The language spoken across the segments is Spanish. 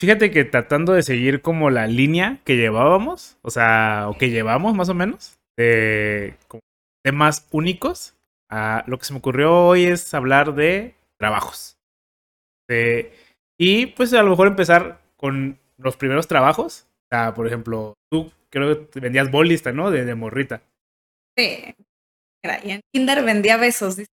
Fíjate que tratando de seguir como la línea que llevábamos, o sea, o que llevamos más o menos, de como temas únicos, lo que se me ocurrió hoy es hablar de trabajos. De- y pues a lo mejor empezar con los primeros trabajos. O sea, por ejemplo, tú creo que vendías bolista, ¿no? De morrita. Sí, era, y en Kinder vendía besos, dice,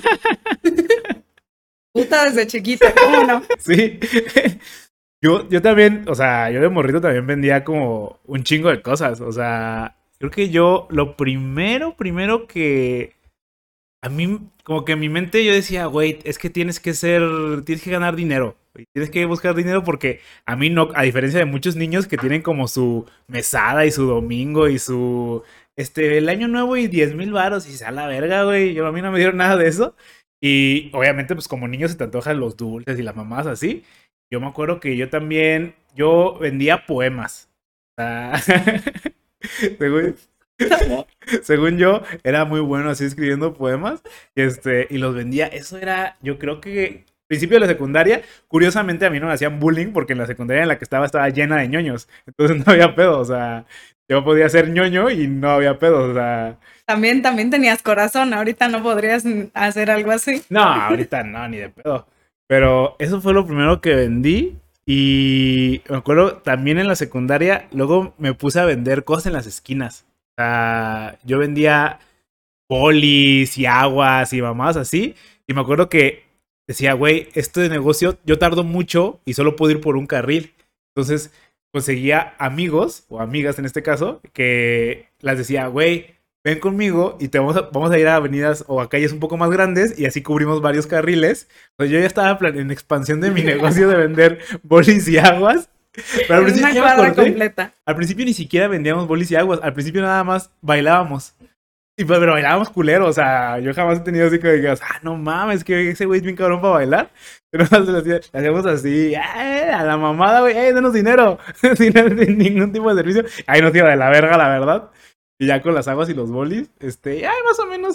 puta desde chiquita, ¿cómo no? Sí. Yo también, o sea, yo de morrito también vendía como un chingo de cosas. O sea, creo que yo lo primero que a mí, como que en mi mente yo decía, güey, es que tienes que ganar dinero. Güey, tienes que buscar dinero porque a mí no, a diferencia de muchos niños que tienen como su mesada y su domingo y el año nuevo y 10,000 varos y se a la verga, güey. A mí no me dieron nada de eso. Y obviamente, pues como niño se te antojan los dulces y las mamás así. Yo me acuerdo que yo vendía poemas. O sea, según, según yo, era muy bueno así escribiendo poemas y los vendía. Eso era, yo creo que principio de la secundaria, curiosamente a mí no me hacían bullying porque en la secundaria en la que estaba llena de ñoños. Entonces no había pedo, o sea, yo podía ser ñoño y no había pedo, o sea, También tenías corazón, ahorita no podrías hacer algo así. no, ahorita no, ni de pedo. Pero eso fue lo primero que vendí. Y me acuerdo también en la secundaria, luego me puse a vender cosas en las esquinas. O sea, yo vendía polis y aguas y mamadas así. Y me acuerdo que decía, güey, esto de negocio yo tardo mucho y solo puedo ir por un carril. Entonces conseguía amigos, o amigas en este caso, que las decía, güey, ven conmigo y vamos a ir a avenidas o a calles un poco más grandes y así cubrimos varios carriles. Pues yo ya estaba en expansión de mi negocio de vender bolis y aguas. Pero al En principio una ya me cuadra acordé. completa. Al principio ni siquiera vendíamos bolis y aguas. Al principio nada más bailábamos. Y pues, pero bailábamos culero, o sea, yo jamás he tenido así que digas, no mames, que ese güey es bien cabrón para bailar. Pero le hacíamos así, a la mamada, güey, denos dinero, sin ningún tipo de servicio. Ahí nos iba de la verga, la verdad. Y ya con las aguas y los bolis, más o menos,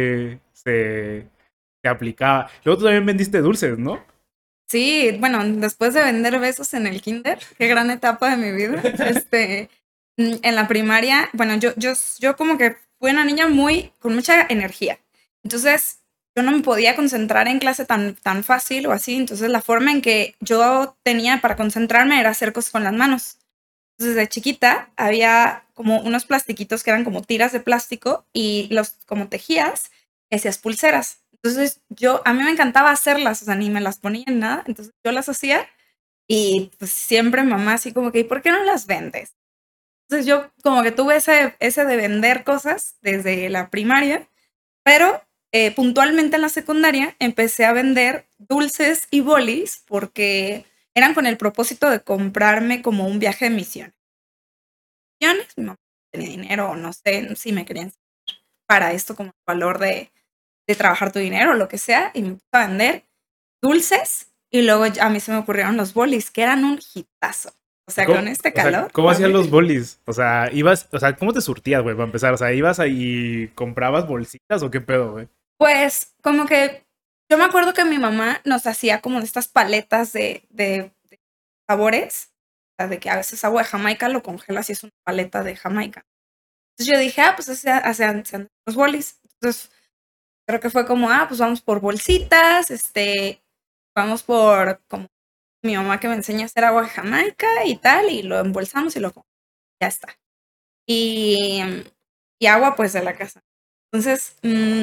se aplicaba. Luego tú también vendiste dulces, ¿no? Sí, bueno, después de vender besos en el kinder, qué gran etapa de mi vida. En la primaria, bueno, yo como que fui una niña con mucha energía. Entonces, yo no me podía concentrar en clase tan fácil o así. Entonces, la forma en que yo tenía para concentrarme era hacer cosas con las manos. Entonces, de chiquita había como unos plastiquitos que eran como tiras de plástico y los como tejías y hacías pulseras. Entonces, a mí me encantaba hacerlas, o sea, ni me las ponía en nada. Entonces, yo las hacía y pues siempre mamá así como que, ¿y por qué no las vendes? Entonces, yo como que tuve ese de vender cosas desde la primaria, pero puntualmente en la secundaria empecé a vender dulces y bolis porque eran con el propósito de comprarme como un viaje de misión. Mi mamá tenía dinero o no sé si me querían para esto como el valor de trabajar tu dinero o lo que sea y me puse a vender dulces y luego a mí se me ocurrieron los bolis que eran un hitazo. O sea, con este O sea, calor, ¿cómo hacían los bolis? O sea, ¿cómo te surtías, güey, para empezar? O sea, ¿ibas ahí y comprabas bolsitas o qué pedo, güey? pues como que yo me acuerdo que mi mamá nos hacía como de estas paletas de sabores, o sea, de que a veces agua de Jamaica lo congelas y es una paleta de Jamaica. Entonces yo dije, pues hacían los bolis. Entonces creo que fue como, pues vamos por bolsitas, vamos por como mi mamá que me enseña a hacer agua de Jamaica y tal, y lo embolsamos y ya está. Y, y agua pues de la casa. Entonces,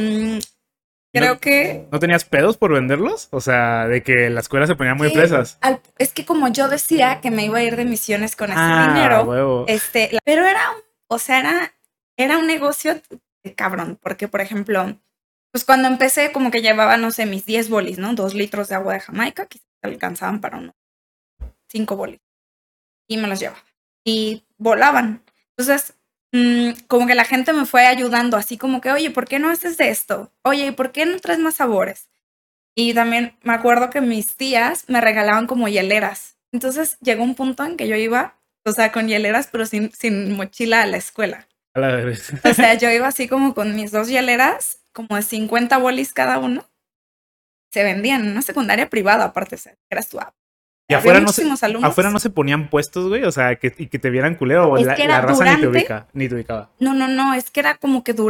¿Y no, creo que no tenías pedos por venderlos? O sea, de que la escuela se ponía muy fresas. es que como yo decía que me iba a ir de misiones con ese Ah, dinero, huevo. pero o sea, era un negocio de cabrón, porque por ejemplo, pues cuando empecé como que llevaba, no sé, mis 10 bolis, ¿no? 2 litros de agua de Jamaica, quizás alcanzaban para unos 5 bolis. Y me los llevaba. Y volaban. Entonces, como que la gente me fue ayudando, así como que, oye, ¿por qué no haces de esto? Oye, ¿y por qué no traes más sabores? Y también me acuerdo que mis tías me regalaban como hieleras. Entonces llegó un punto en que yo iba, o sea, con hieleras, pero sin mochila a la escuela. A la verga. O sea, yo iba así como con mis 2 hieleras, como de 50 bolis cada uno. Se vendían en una secundaria privada, aparte, o sea, era su app. Y había afuera muchísimos alumnos. afuera no se ponían puestos, güey, o sea, y que te vieran culero, o Es que era la raza durante, ni te ubicaba. no, es que era como que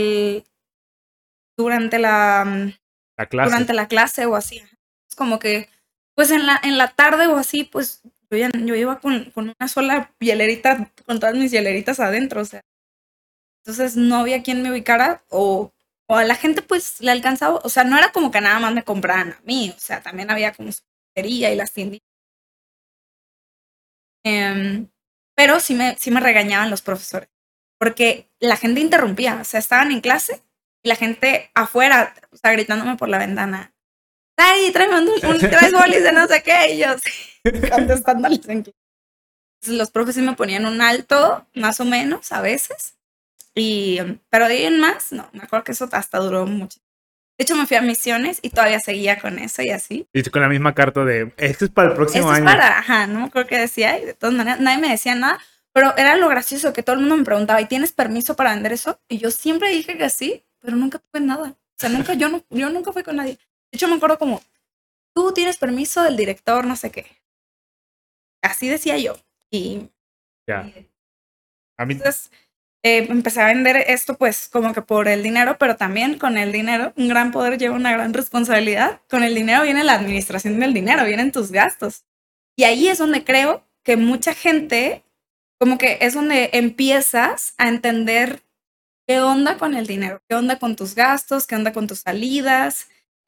durante la, La clase. durante la clase o así. Es como que, pues en la tarde o así, pues yo iba con una sola hielerita, con todas mis hieleritas adentro, o sea. Entonces no había quien me ubicara o a la gente pues le alcanzaba, o sea, no era como que nada más me compraran a mí, o sea, también había como su y las tiendas. Pero sí me regañaban los profesores, porque la gente interrumpía, o sea, estaban en clase y la gente afuera, o sea, gritándome por la ventana, ¡ay, tráeme tres bolis de no sé qué! Y yo sí, contestándoles en clase. Entonces, los profes sí me ponían un alto, más o menos, a veces, pero de ahí en más, no, me acuerdo que eso hasta duró mucho. De hecho, me fui a misiones y todavía seguía con eso y así. Y con la misma carta de, esto es para el próximo Esto es año. para, ajá, no me acuerdo qué decía y de todas maneras nadie me decía nada, pero era lo gracioso que todo el mundo me preguntaba, ¿y tienes permiso para vender eso? Y yo siempre dije que sí, pero nunca tuve nada. O sea, yo nunca fui con nadie. De hecho, me acuerdo como, tú tienes permiso del director, no sé qué. Así decía yo. Y Ya. A mí, entonces empecé a vender esto pues como que por el dinero, pero también con el dinero, un gran poder lleva una gran responsabilidad. Con el dinero viene la administración del dinero, vienen tus gastos. Y ahí es donde creo que mucha gente, como que es donde empiezas a entender qué onda con el dinero, qué onda con tus gastos, qué onda con tus salidas,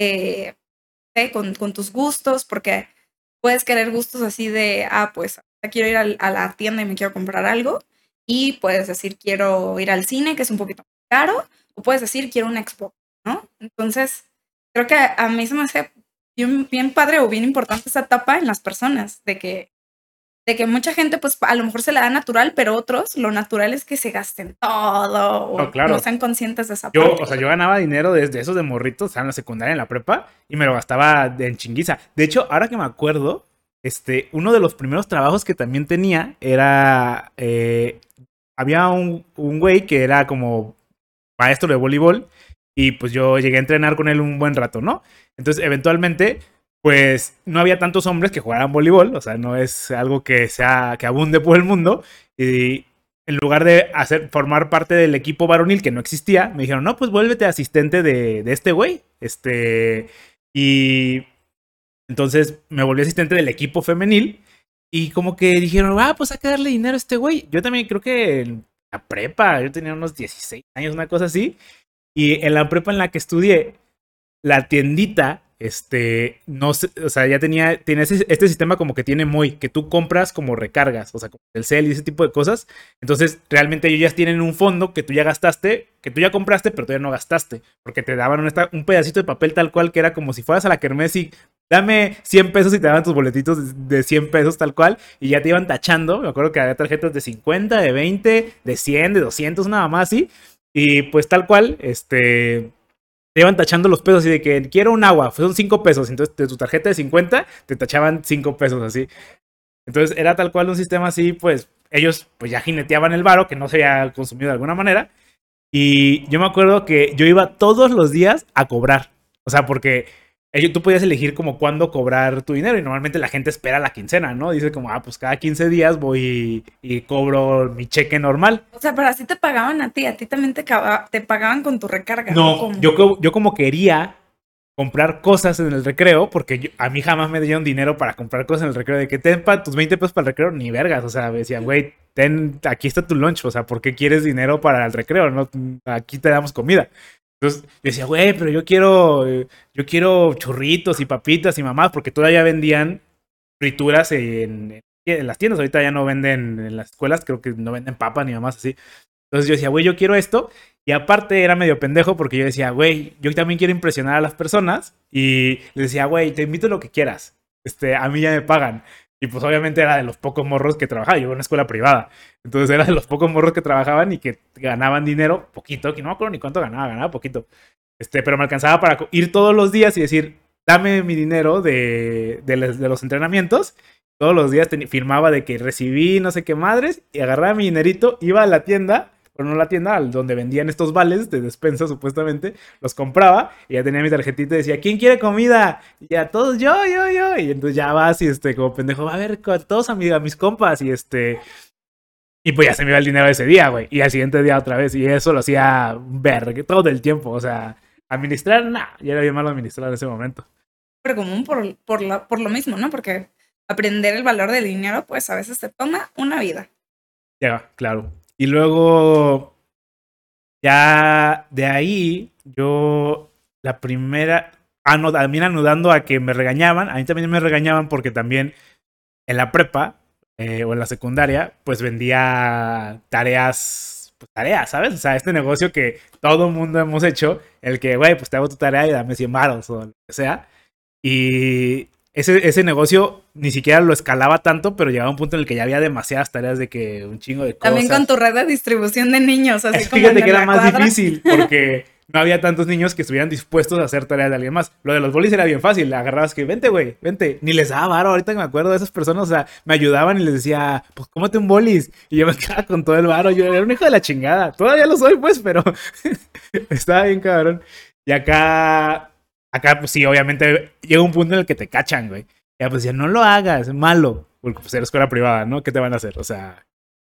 con tus gustos, porque puedes querer gustos así de, pues quiero ir a la tienda y me quiero comprar algo, y puedes decir quiero ir al cine, que es un poquito más caro, o puedes decir quiero una expo, ¿no? Entonces, creo que a mí se me hace bien padre o bien importante esa etapa en las personas, de que mucha gente, pues a lo mejor se le da natural, pero otros, lo natural es que se gasten todo o no, claro. no sean conscientes de esa parte. O sea, yo ganaba dinero desde esos de morritos, o sea, en la secundaria, en la prepa, y me lo gastaba en chinguiza. De hecho, ahora que me acuerdo, uno de los primeros trabajos que también tenía era, había un güey que era como maestro de voleibol, y pues yo llegué a entrenar con él un buen rato, ¿no? Entonces, eventualmente, pues no había tantos hombres que jugaran voleibol, o sea, no es algo que abunde por el mundo, y en lugar de formar parte del equipo varonil que no existía, me dijeron, no, pues vuélvete asistente de este güey, y entonces me volví asistente del equipo femenil, y como que dijeron, pues hay que darle dinero a este güey. Yo también creo que en la prepa, yo tenía unos 16 años, una cosa así, y en la prepa en la que estudié, la tiendita, no sé, o sea, ya tiene este sistema como que tiene muy, que tú compras como recargas, o sea, como el cel y ese tipo de cosas. Entonces, realmente ellos ya tienen un fondo que tú ya gastaste, que tú ya compraste, pero todavía no gastaste, porque te daban un pedacito de papel tal cual que era como si fueras a la kermés y dame 100 pesos y te daban tus boletitos de 100 pesos tal cual, y ya te iban tachando. Me acuerdo que había tarjetas de 50, de 20, de 100, de 200, nada más así. Y pues tal cual, te iban tachando los pesos así de que quiero un agua, son 5 pesos. Entonces de tu tarjeta de 50 te tachaban 5 pesos así. Entonces era tal cual un sistema así, pues ellos pues ya jineteaban el varo que no se había consumido de alguna manera. Y yo me acuerdo que yo iba todos los días a cobrar. O sea, porque tú podías elegir como cuándo cobrar tu dinero y normalmente la gente espera la quincena, ¿no? Dice como, pues cada 15 días voy y cobro mi cheque normal. O sea, pero así te pagaban a ti también te pagaban con tu recarga. No, yo como quería comprar cosas en el recreo, porque a mí jamás me dieron dinero para comprar cosas en el recreo, de que ten tus 20 pesos para el recreo, ni vergas, o sea, me decían, güey, aquí está tu lunch, o sea, ¿por qué quieres dinero para el recreo? No, aquí te damos comida. Entonces yo decía, güey, pero yo quiero churritos y papitas y mamás, porque todavía vendían frituras en las tiendas. Ahorita ya no venden en las escuelas, creo que no venden papas ni mamás así. Entonces yo decía, güey, yo quiero esto. Y aparte era medio pendejo porque yo decía, güey, yo también quiero impresionar a las personas. Y les decía, güey, te invito a lo que quieras. A mí ya me pagan. Y pues obviamente era de los pocos morros que trabajaba. Yo iba a una escuela privada. Entonces era de los pocos morros que trabajaban y que ganaban dinero, poquito, que no me acuerdo ni cuánto ganaba poquito. Pero me alcanzaba para ir todos los días y decir, dame mi dinero de los entrenamientos. Todos los días firmaba de que recibí no sé qué madres y agarraba mi dinerito, iba a la tienda, bueno, la tienda donde vendían estos vales de despensa, supuestamente, los compraba y ya tenía mi tarjetita y decía, ¿quién quiere comida? Y ya todos, yo. Y entonces ya vas y como pendejo, a ver, todos a mis compas y pues ya se me iba el dinero ese día, güey. Y al siguiente día otra vez. Y eso lo hacía ver todo el tiempo. O sea, administrar, nah, ya era bien malo administrar en ese momento. Pero común por lo mismo, ¿no? Porque aprender el valor del dinero, pues a veces te toma una vida. Ya, claro. Y luego, ya de ahí, yo, la primera, también anudando a que me regañaban, a mí también me regañaban porque también en la prepa o en la secundaria, pues vendía tareas, ¿sabes? O sea, este negocio que todo mundo hemos hecho, el que, güey, pues te hago tu tarea y dame 100 varos o lo que sea. Y ese negocio ni siquiera lo escalaba tanto, pero llegaba a un punto en el que ya había demasiadas tareas de que un chingo de cosas. También con tu red de distribución de niños, así como fíjate que era más difícil porque no había tantos niños que estuvieran dispuestos a hacer tareas de alguien más. Lo de los bolis era bien fácil, agarrabas que, vente, güey, vente. Ni les daba varo, ahorita que me acuerdo de esas personas, o sea, me ayudaban y les decía, pues cómete un bolis. Y yo me quedaba con todo el varo, yo era un hijo de la chingada. Todavía lo soy, pues, pero estaba bien cabrón. Y acá, pues sí, obviamente llega un punto en el que te cachan, güey. Ya, pues ya no lo hagas, es malo. Porque pues era escuela privada, ¿no? ¿Qué te van a hacer? O sea...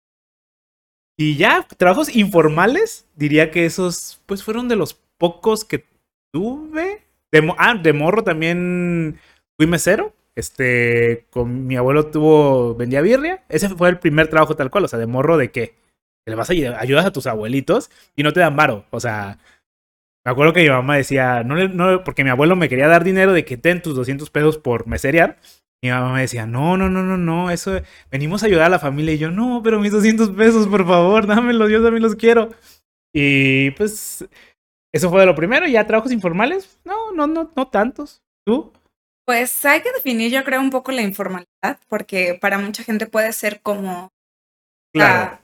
Y ya, trabajos informales, diría que esos, pues fueron de los pocos que tuve. De morro también fui mesero. Con mi abuelo vendía birria. Ese fue el primer trabajo tal cual, o sea, de morro de que le vas a ayudas a tus abuelitos y no te dan varo. O sea, me acuerdo que mi mamá decía, no, porque mi abuelo me quería dar dinero de que ten tus 200 pesos por meserear. Mi mamá me decía, no, eso, venimos a ayudar a la familia. Y yo, no, pero mis 200 pesos, por favor, dámelos, yo también los quiero. Y pues, eso fue de lo primero. Y ya trabajos informales, no tantos. ¿Tú? Pues hay que definir, yo creo, un poco la informalidad, porque para mucha gente puede ser como, Claro.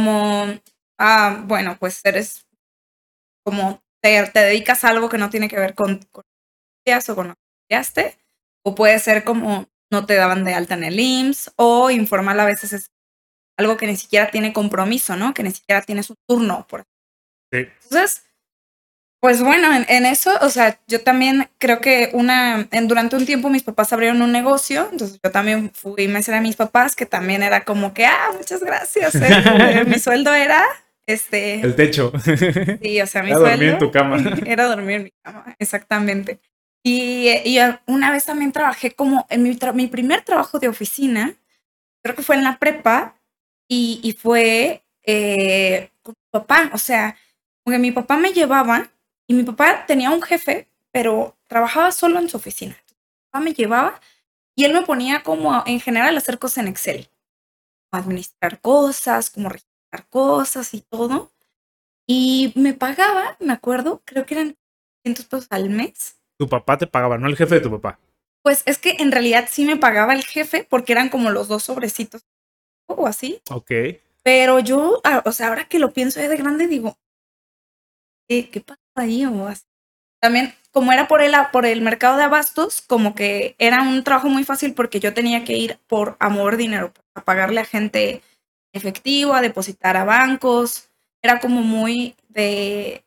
bueno, pues eres como, te dedicas a algo que no tiene que ver con o con lo que estudiaste, o puede ser como no te daban de alta en el IMSS, o informal a veces es algo que ni siquiera tiene compromiso, ¿no? Que ni siquiera tiene su turno. Sí. Entonces, pues bueno, en eso, o sea, yo también creo que durante un tiempo mis papás abrieron un negocio, entonces yo también fui mesera a mis papás, que también era como que, muchas gracias, mi sueldo era, el techo. Sí, o sea, mi era sueldo dormir en tu cama. Era dormir en mi cama, exactamente. Y una vez también trabajé como en mi primer trabajo de oficina, creo que fue en la prepa, y fue con mi papá, o sea, porque mi papá me llevaba, y mi papá tenía un jefe, pero trabajaba solo en su oficina. Mi papá me llevaba, y él me ponía como, en general, a hacer cosas en Excel, administrar cosas, como registrar cosas y todo. Y me pagaba, me acuerdo, creo que eran 200 pesos al mes. Tu papá te pagaba, no el jefe de tu papá. Pues es que en realidad sí me pagaba el jefe porque eran como los 2 sobrecitos o así. Ok. Pero yo, o sea, ahora que lo pienso ya de grande, digo, ¿qué pasó ahí? O así. También, como era por el mercado de abastos, como que era un trabajo muy fácil porque yo tenía que ir a mover dinero, a pagarle a gente efectivo, a depositar a bancos. Era como muy de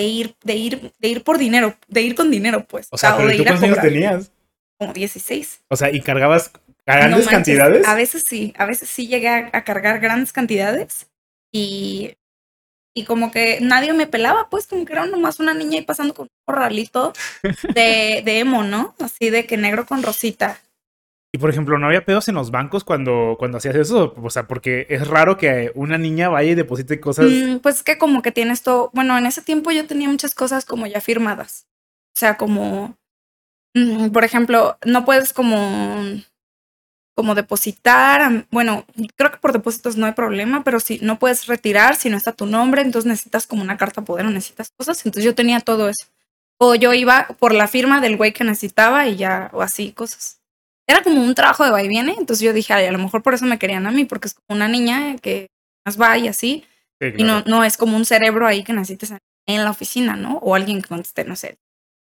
ir por dinero, de ir con dinero, pues. O sea, pero de ¿tú ir a cuántos años cobrar. tenías? Como 16. O sea, ¿y cargabas No grandes manches, cantidades? a veces sí llegué a cargar grandes cantidades y como que nadie me pelaba, pues como que era nomás una niña ahí pasando con un corralito de emo, ¿no? Así de que negro con rosita. Y por ejemplo, ¿no había pedos en los bancos cuando hacías eso? O sea, porque es raro que una niña vaya y deposite cosas. Pues que como que tienes todo, bueno, en ese tiempo yo tenía muchas cosas como ya firmadas. O sea, como, por ejemplo, no puedes como depositar, bueno, creo que por depósitos no hay problema, pero si no puedes retirar si no está tu nombre, entonces necesitas como una carta poder o necesitas cosas, entonces yo tenía todo eso. O yo iba por la firma del güey que necesitaba y ya, o así, cosas. Era como un trabajo de va y viene, entonces yo dije, a lo mejor por eso me querían a mí, porque es como una niña que más va y así, Sí, y claro. no es como un cerebro ahí que necesites en la oficina, ¿no? O alguien que conteste, no sé.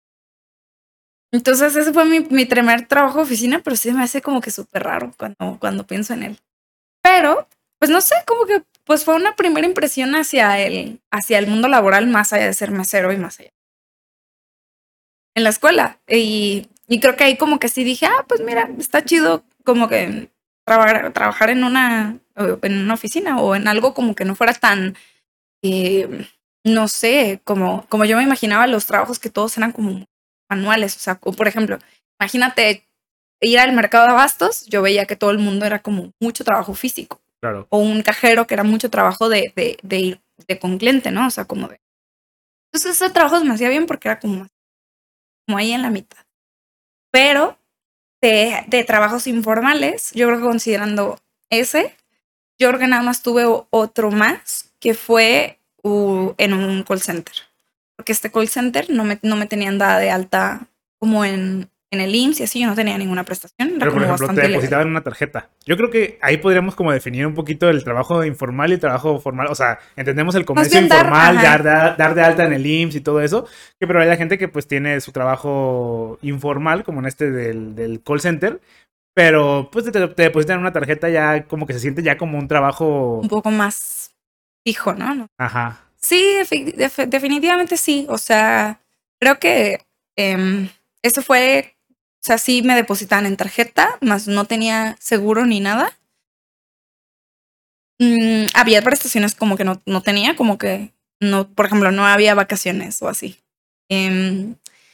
Entonces ese fue mi primer trabajo de oficina, pero sí me hace como que súper raro cuando pienso en él. Pero, pues no sé, como que pues fue una primera impresión hacia el mundo laboral, más allá de ser mesero y más allá. En la escuela. Y creo que ahí como que sí dije, pues mira, está chido como que trabajar en una oficina o en algo como que no fuera tan, no sé, como yo me imaginaba los trabajos que todos eran como manuales. O sea, por ejemplo, imagínate ir al mercado de abastos, yo veía que todo el mundo era como mucho trabajo físico. Claro. O un cajero que era mucho trabajo de ir con cliente, ¿no? O sea, como de... Entonces ese trabajo se me hacía bien porque era como ahí en la mitad. Pero de trabajos informales, yo creo que considerando ese, yo creo que nada más tuve otro más que fue en un call center. Porque este call center no me tenían dada de alta como en el IMSS y así, yo no tenía ninguna prestación. Era Pero, por como ejemplo, te bastante depositaban ilegal. una tarjeta. Yo creo que ahí podríamos como definir un poquito el trabajo informal y el trabajo formal. O sea, entendemos el Más comercio bien informal, ajá, dar de alta en el IMSS y todo eso. Que pero hay la gente que pues tiene su trabajo informal, como en este del call center. Pero pues te depositan una tarjeta ya como que se siente ya como un trabajo. un poco más fijo, ¿no? Ajá. Sí, definitivamente sí. O sea, creo que eso fue, o sea, sí me depositaban en tarjeta, más no tenía seguro ni nada. Había prestaciones como que no tenía, como que no, por ejemplo, no había vacaciones o así. Em,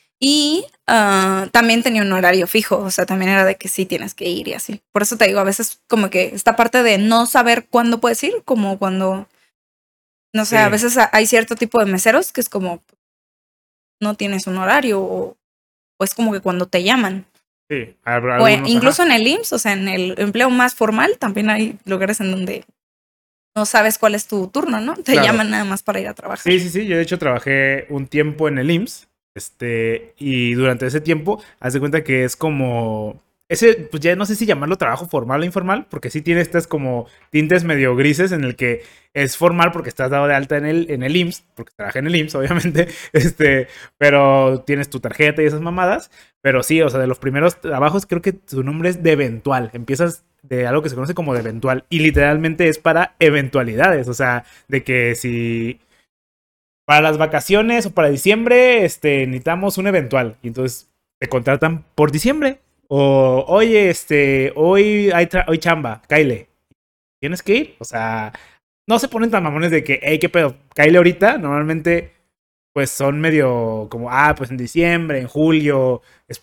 también tenía un horario fijo, o sea, también era de que sí tienes que ir y así. Por eso te digo, a veces como que esta parte de no saber cuándo puedes ir, como cuando, no sé, a Sí, veces hay cierto tipo de meseros que es como no tienes un horario o es como que cuando te llaman. sí. Habrá O algunos, incluso ajá. en el IMSS, o sea, en el empleo más formal, también hay lugares en donde no sabes cuál es tu turno, ¿no? Te Claro. llaman nada más para ir a trabajar. Sí, sí, sí. Yo de hecho trabajé un tiempo en el IMSS. Y durante ese tiempo, haz de cuenta que es como. Ese, pues ya no sé si llamarlo trabajo formal o informal, porque sí tiene estas como tintes medio grises en el que es formal porque estás dado de alta en el IMSS, porque trabajé en el IMSS, obviamente, pero tienes tu tarjeta y esas mamadas. Pero sí, o sea, de los primeros trabajos creo que su nombre es de eventual. Empiezas de algo que se conoce como de eventual y literalmente es para eventualidades, o sea, de que si para las vacaciones o para diciembre, necesitamos un eventual. Y entonces te contratan por diciembre. O, oye, hoy hoy chamba, Kyle. ¿Tienes que ir? O sea, no se ponen tan mamones de que, hey, qué pedo, Kyle ahorita. Normalmente, pues son medio como, pues en diciembre, en julio, es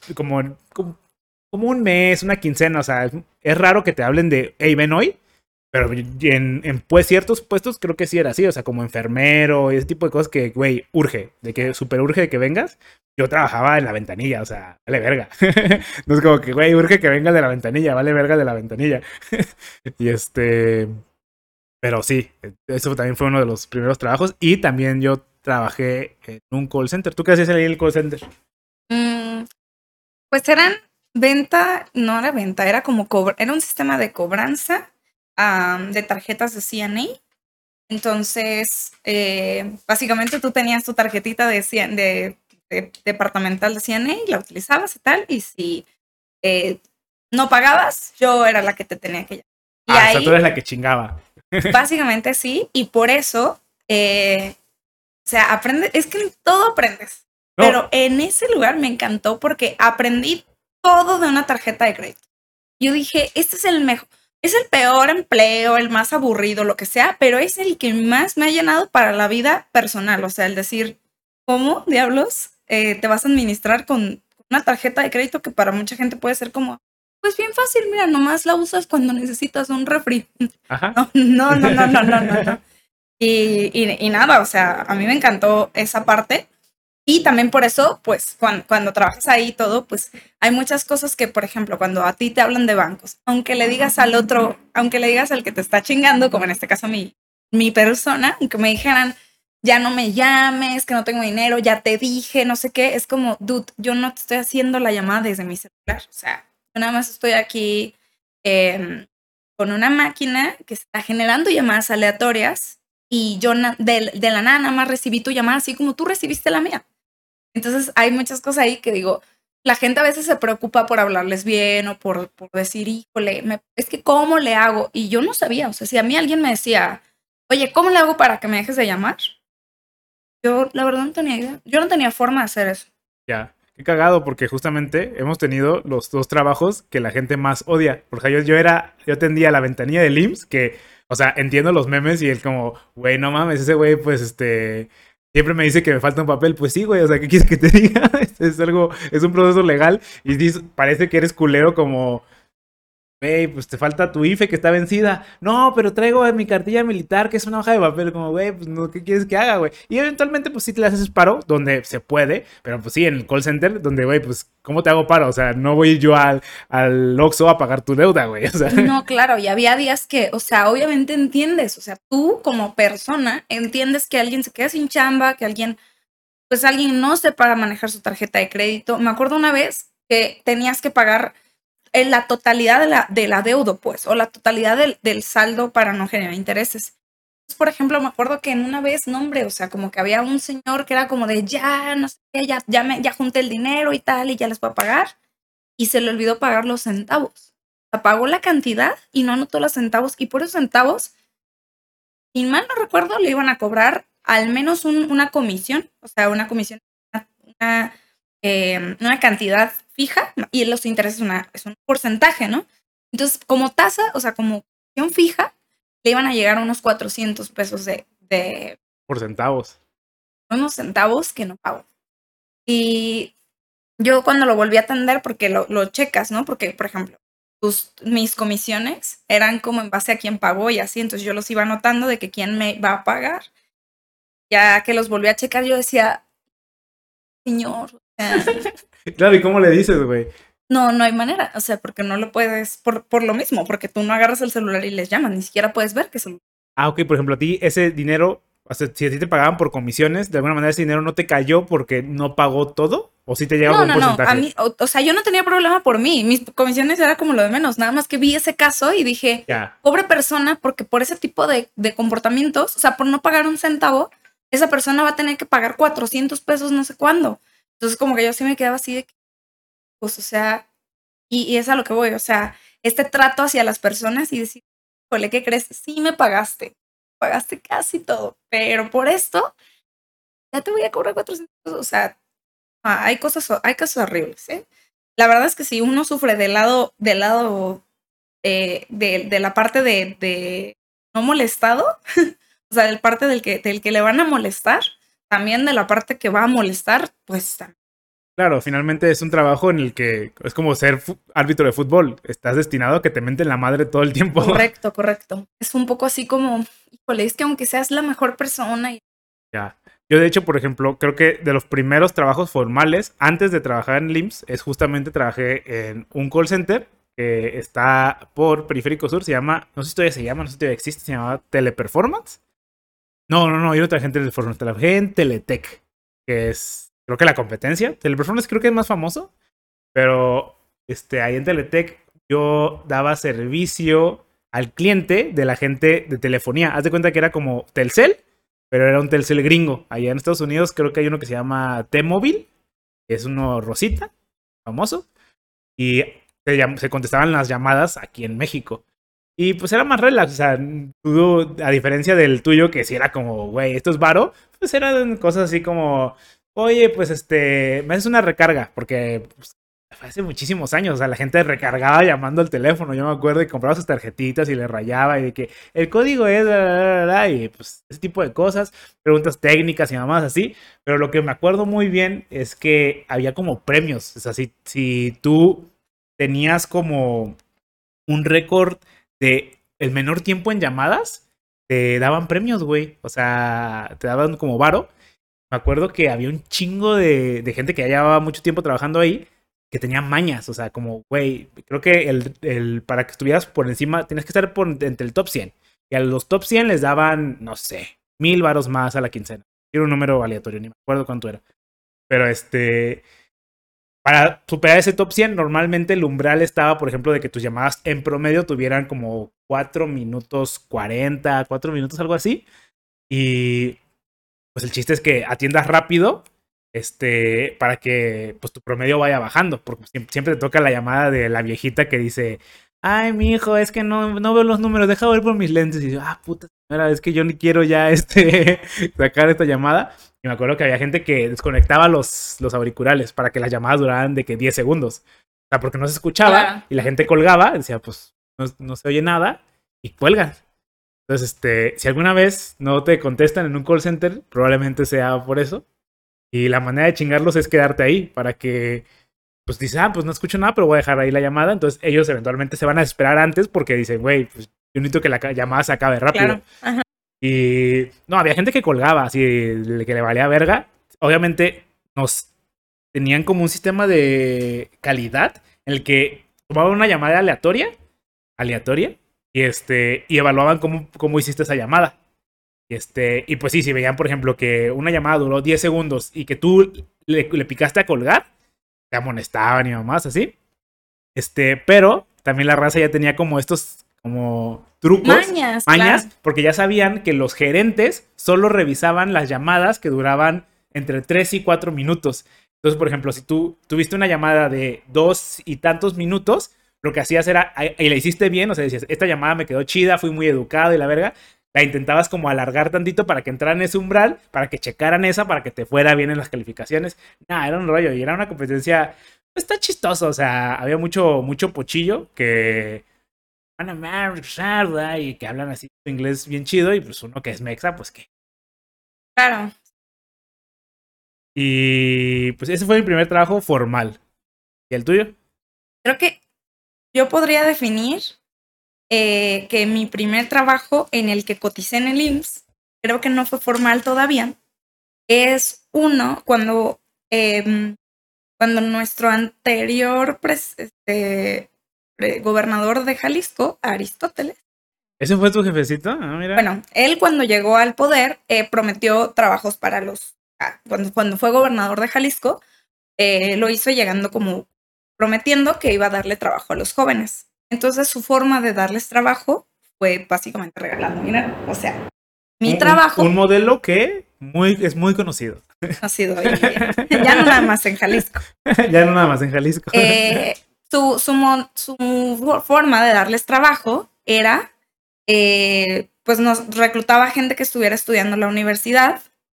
como un mes, una quincena. O sea, es raro que te hablen de, hey, ven hoy. Pero pues ciertos puestos creo que sí era así, o sea, como enfermero y ese tipo de cosas que, güey, urge, de que súper urge de que vengas. Yo trabajaba en la ventanilla, o sea, vale verga. No es como que, güey, urge que vengas de la ventanilla, vale verga de la ventanilla. Y pero sí, eso también fue uno de los primeros trabajos. Y también yo trabajé en un call center. ¿Tú qué hacías ahí en el call center? Mm, pues eran venta, no era venta, era como era un sistema de cobranza de tarjetas de CNA. Entonces, básicamente tú tenías tu tarjetita de departamental de CNA y la utilizabas y tal, y si no pagabas, yo era la que te tenía que llamar. Y O sea, tú ahí, eres la que chingaba. básicamente sí, y por eso, o sea, aprendes, es que en todo aprendes, No, pero en ese lugar me encantó porque aprendí todo de una tarjeta de crédito. Yo dije, este es el mejor, es el peor empleo, el más aburrido, lo que sea, pero es el que más me ha llenado para la vida personal. O sea, el decir, ¿cómo diablos te vas a administrar con una tarjeta de crédito que para mucha gente puede ser como, pues bien fácil, mira, nomás la usas cuando necesitas un refri. ajá. No, no, no, no, no, no, no. Y nada, o sea, a mí me encantó esa parte. Y también por eso, pues cuando trabajas ahí y todo, pues hay muchas cosas que, por ejemplo, cuando a ti te hablan de bancos, aunque le digas al otro, aunque le digas al que te está chingando, como en este caso mi persona, aunque me dijeran, ya no me llames, que no tengo dinero, ya te dije, no sé qué, es como, dude, yo no te estoy haciendo la llamada desde mi celular, o sea, yo nada más estoy aquí con una máquina que está generando llamadas aleatorias y yo de la nada más recibí tu llamada así como tú recibiste la mía. Entonces hay muchas cosas ahí que digo, la gente a veces se preocupa por hablarles bien o por decir, híjole, es que ¿cómo le hago? Y yo no sabía, o sea, si a mí alguien me decía, Oye, ¿cómo le hago para que me dejes de llamar? Yo, la verdad, no tenía idea. Yo no tenía forma de hacer eso. Ya. Qué cagado, porque justamente hemos tenido los dos trabajos que la gente más odia. Porque yo atendía la ventanilla del IMSS, que, o sea, entiendo los memes y el como, güey, no mames, ese güey, pues, siempre me dice que me falta un papel. Pues sí, güey, o sea, ¿qué quieres que te diga? Es algo, es un proceso legal y parece que eres culero como, güey, pues te falta tu IFE que está vencida. No, pero traigo mi cartilla militar, que es una hoja de papel. Como, güey, pues no, ¿qué quieres que haga, güey? Y eventualmente, pues sí te le haces paro, donde se puede. Pero pues sí, en el call center, donde, güey, pues, ¿cómo te hago paro? O sea, no voy yo al Oxxo a pagar tu deuda, güey. O sea, No, claro, y había días que, o sea, obviamente entiendes, o sea, tú como persona entiendes que alguien se queda sin chamba, que alguien, pues alguien no sepa manejar su tarjeta de crédito. Me acuerdo una vez que tenías que pagar la totalidad de la deuda, pues, o la totalidad del saldo para no generar intereses. Entonces, por ejemplo, me acuerdo que en una vez, no, hombre, o sea, como que había un señor que era como de ya, no sé qué, ya junté el dinero y tal, y ya les voy a pagar, y se le olvidó pagar los centavos. O sea, pagó la cantidad y no anotó los centavos, y por esos centavos, sin mal no recuerdo, le iban a cobrar al menos una comisión, o sea, una comisión, una, una cantidad fija, y los intereses es un porcentaje, ¿no? Entonces, como tasa, o sea, como comisión fija, le iban a llegar unos 400 pesos de por centavos. unos centavos que no pagó. Y yo cuando lo volví a atender, porque lo checas, ¿no? Porque, por ejemplo, mis comisiones eran como en base a quién pagó y así, entonces yo los iba anotando de que quién me va a pagar. Ya que los volví a checar, yo decía, señor, o sea, Claro, ¿y cómo le dices, güey? no, no hay manera, o sea, porque no lo puedes, por lo mismo, porque tú no agarras el celular y les llamas, ni siquiera puedes ver que se lo... Ah, ok, por ejemplo, a ti ese dinero, o sea, si a ti te pagaban por comisiones, de alguna manera ese dinero no te cayó porque no pagó todo, o sí te llega No, como un no, no, a porcentaje. mí, o sea, yo no tenía problema por mí, mis comisiones era como lo de menos, nada más que vi ese caso y dije, Ya. pobre persona, porque por ese tipo de comportamientos, o sea, por no pagar un centavo, esa persona va a tener que pagar 400 pesos no sé cuándo. Entonces, como que yo sí me quedaba así de que, pues, o sea, y es a lo que voy, o sea, este trato hacia las personas y decir, jole, ¿qué crees? Sí me pagaste casi todo, pero por esto ya te voy a cobrar 400 pesos, o sea, hay cosas horribles, ¿eh? La verdad es que si uno sufre del lado de la parte de no molestado, o sea, del parte del que le van a molestar, también de la parte que va a molestar, pues Claro, finalmente es un trabajo en el que es como ser árbitro de fútbol. Estás destinado a que te menten la madre todo el tiempo. correcto, correcto. Es un poco así como, híjole, es que aunque seas la mejor persona y Ya. Yo, de hecho, por ejemplo, creo que de los primeros trabajos formales, antes de trabajar en LIMS, es justamente trabajé en un call center que está por Periférico Sur. Se llama, no sé si todavía se llama, no sé si todavía existe, se llamaba Teleperformance. No, no, no, yo no trabajé en Teleperformance, trabajé en Teletech, que es, creo que la competencia. Teleperformance creo que es más famoso, pero ahí en Teletech yo daba servicio al cliente de la gente de telefonía. Haz de cuenta que era como Telcel, pero era un Telcel gringo. Allá en Estados Unidos creo que hay uno que se llama T-Mobile, que es uno rosita, famoso, y se contestaban las llamadas aquí en México. Y pues era más relax, o sea, tú, a diferencia del tuyo, que si era como, güey, esto es varo, pues eran cosas así como, oye, pues me haces una recarga, porque pues, fue hace muchísimos años, o sea, la gente recargaba llamando al teléfono, yo me acuerdo, y compraba sus tarjetitas y le rayaba, y de que el código es, y pues ese tipo de cosas, preguntas técnicas y mamás así, pero lo que me acuerdo muy bien es que había como premios, o sea, si tú tenías como un récord de el menor tiempo en llamadas, te daban premios, güey. O sea, te daban como varo. Me acuerdo que había un chingo de gente que ya llevaba mucho tiempo trabajando ahí que tenía mañas. O sea, como, güey, creo que para que estuvieras por encima, tienes que estar entre el top 100. Y a los top 100 les daban, no sé, 1000 varos más a la quincena. Era un número aleatorio, ni me acuerdo cuánto era. Pero para superar ese top 100, normalmente el umbral estaba, por ejemplo, de que tus llamadas en promedio tuvieran como 4 minutos 40, 4 minutos, algo así. Y pues el chiste es que atiendas rápido, para que pues tu promedio vaya bajando, porque siempre te toca la llamada de la viejita que dice, ay, mi hijo, es que no veo los números, deja ver por mis lentes. Y yo, puta señora, es que yo ni quiero ya sacar esta llamada. Y me acuerdo que había gente que desconectaba los auriculares para que las llamadas duraran de que 10 segundos. O sea, porque no se escuchaba Claro. y la gente colgaba, decía, pues no se oye nada y cuelgan. Entonces, si alguna vez no te contestan en un call center, probablemente sea por eso. Y la manera de chingarlos es quedarte ahí para que, pues dices, pues no escucho nada, pero voy a dejar ahí la llamada. Entonces ellos eventualmente se van a esperar antes porque dicen, güey, pues yo necesito que la llamada se acabe rápido. Claro. Ajá. Y no, había gente que colgaba, así, que le valía verga. Obviamente nos tenían como un sistema de calidad en el que tomaban una llamada aleatoria, y evaluaban cómo hiciste esa llamada. Y pues sí, si veían, por ejemplo, que una llamada duró 10 segundos y que tú le picaste a colgar, te amonestaban y mamás así. Pero también la raza ya tenía como estos como trucos, Mañas, mañas, claro. porque ya sabían que los gerentes solo revisaban las llamadas que duraban entre 3 y 4 minutos. Entonces, por ejemplo, si tú tuviste una llamada de 2 y tantos minutos, lo que hacías era, y la hiciste bien, o sea, decías, esta llamada me quedó chida, fui muy educado y la verga, la intentabas como alargar tantito para que entraran en ese umbral, para que checaran esa, para que te fuera bien en las calificaciones. Nada, era un rollo y era una competencia, pues, está chistoso, o sea, había mucho pochillo que y que hablan así inglés bien chido y pues uno que es mexa, pues qué. Claro. Y pues ese fue mi primer trabajo formal. ¿Y el tuyo? Creo que yo podría definir que mi primer trabajo en el que coticé en el IMSS, creo que no fue formal todavía, es uno cuando nuestro anterior gobernador de Jalisco, Aristóteles. ¿Ese fue tu jefecito? Mira. Bueno, él cuando llegó al poder prometió trabajos para cuando fue gobernador de Jalisco, lo hizo llegando como prometiendo que iba a darle trabajo a los jóvenes. Entonces su forma de darles trabajo fue básicamente regalando dinero. O sea, mi trabajo... Un modelo que es muy conocido. Ha sido ya no nada más en Jalisco. Ya no nada más en Jalisco. Su forma de darles trabajo era, pues nos reclutaba gente que estuviera estudiando en la universidad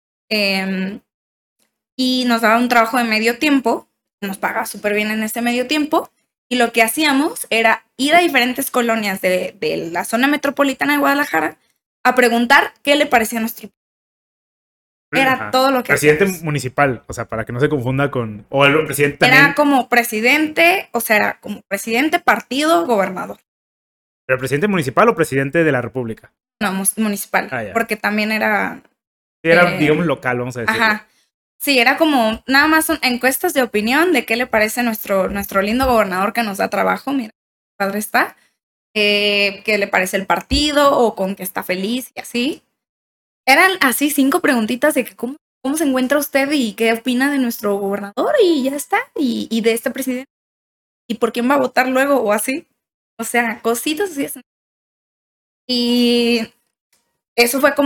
y nos daba un trabajo de medio tiempo, nos pagaba súper bien en ese medio tiempo, y lo que hacíamos era ir a diferentes colonias de la zona metropolitana de Guadalajara a preguntar qué le parecía a nuestro... Era todo lo que presidente hacíamos. Municipal, o sea, para que no se confunda con... O el presidente también... Era como presidente, o sea, era como presidente, partido, gobernador. ¿Pero presidente municipal o presidente de la república? No, municipal, porque también era... Sí, era, digamos, local, vamos a decirlo. Ajá. Sí, era como nada más encuestas de opinión de qué le parece nuestro lindo gobernador que nos da trabajo. Mira, padre está. Qué le parece el partido o con qué está feliz y así. Eran así 5 preguntitas de que cómo se encuentra usted y qué opina de nuestro gobernador y ya está. Y de este presidente. Y por quién va a votar luego o así. O sea, cositas así. Y eso fue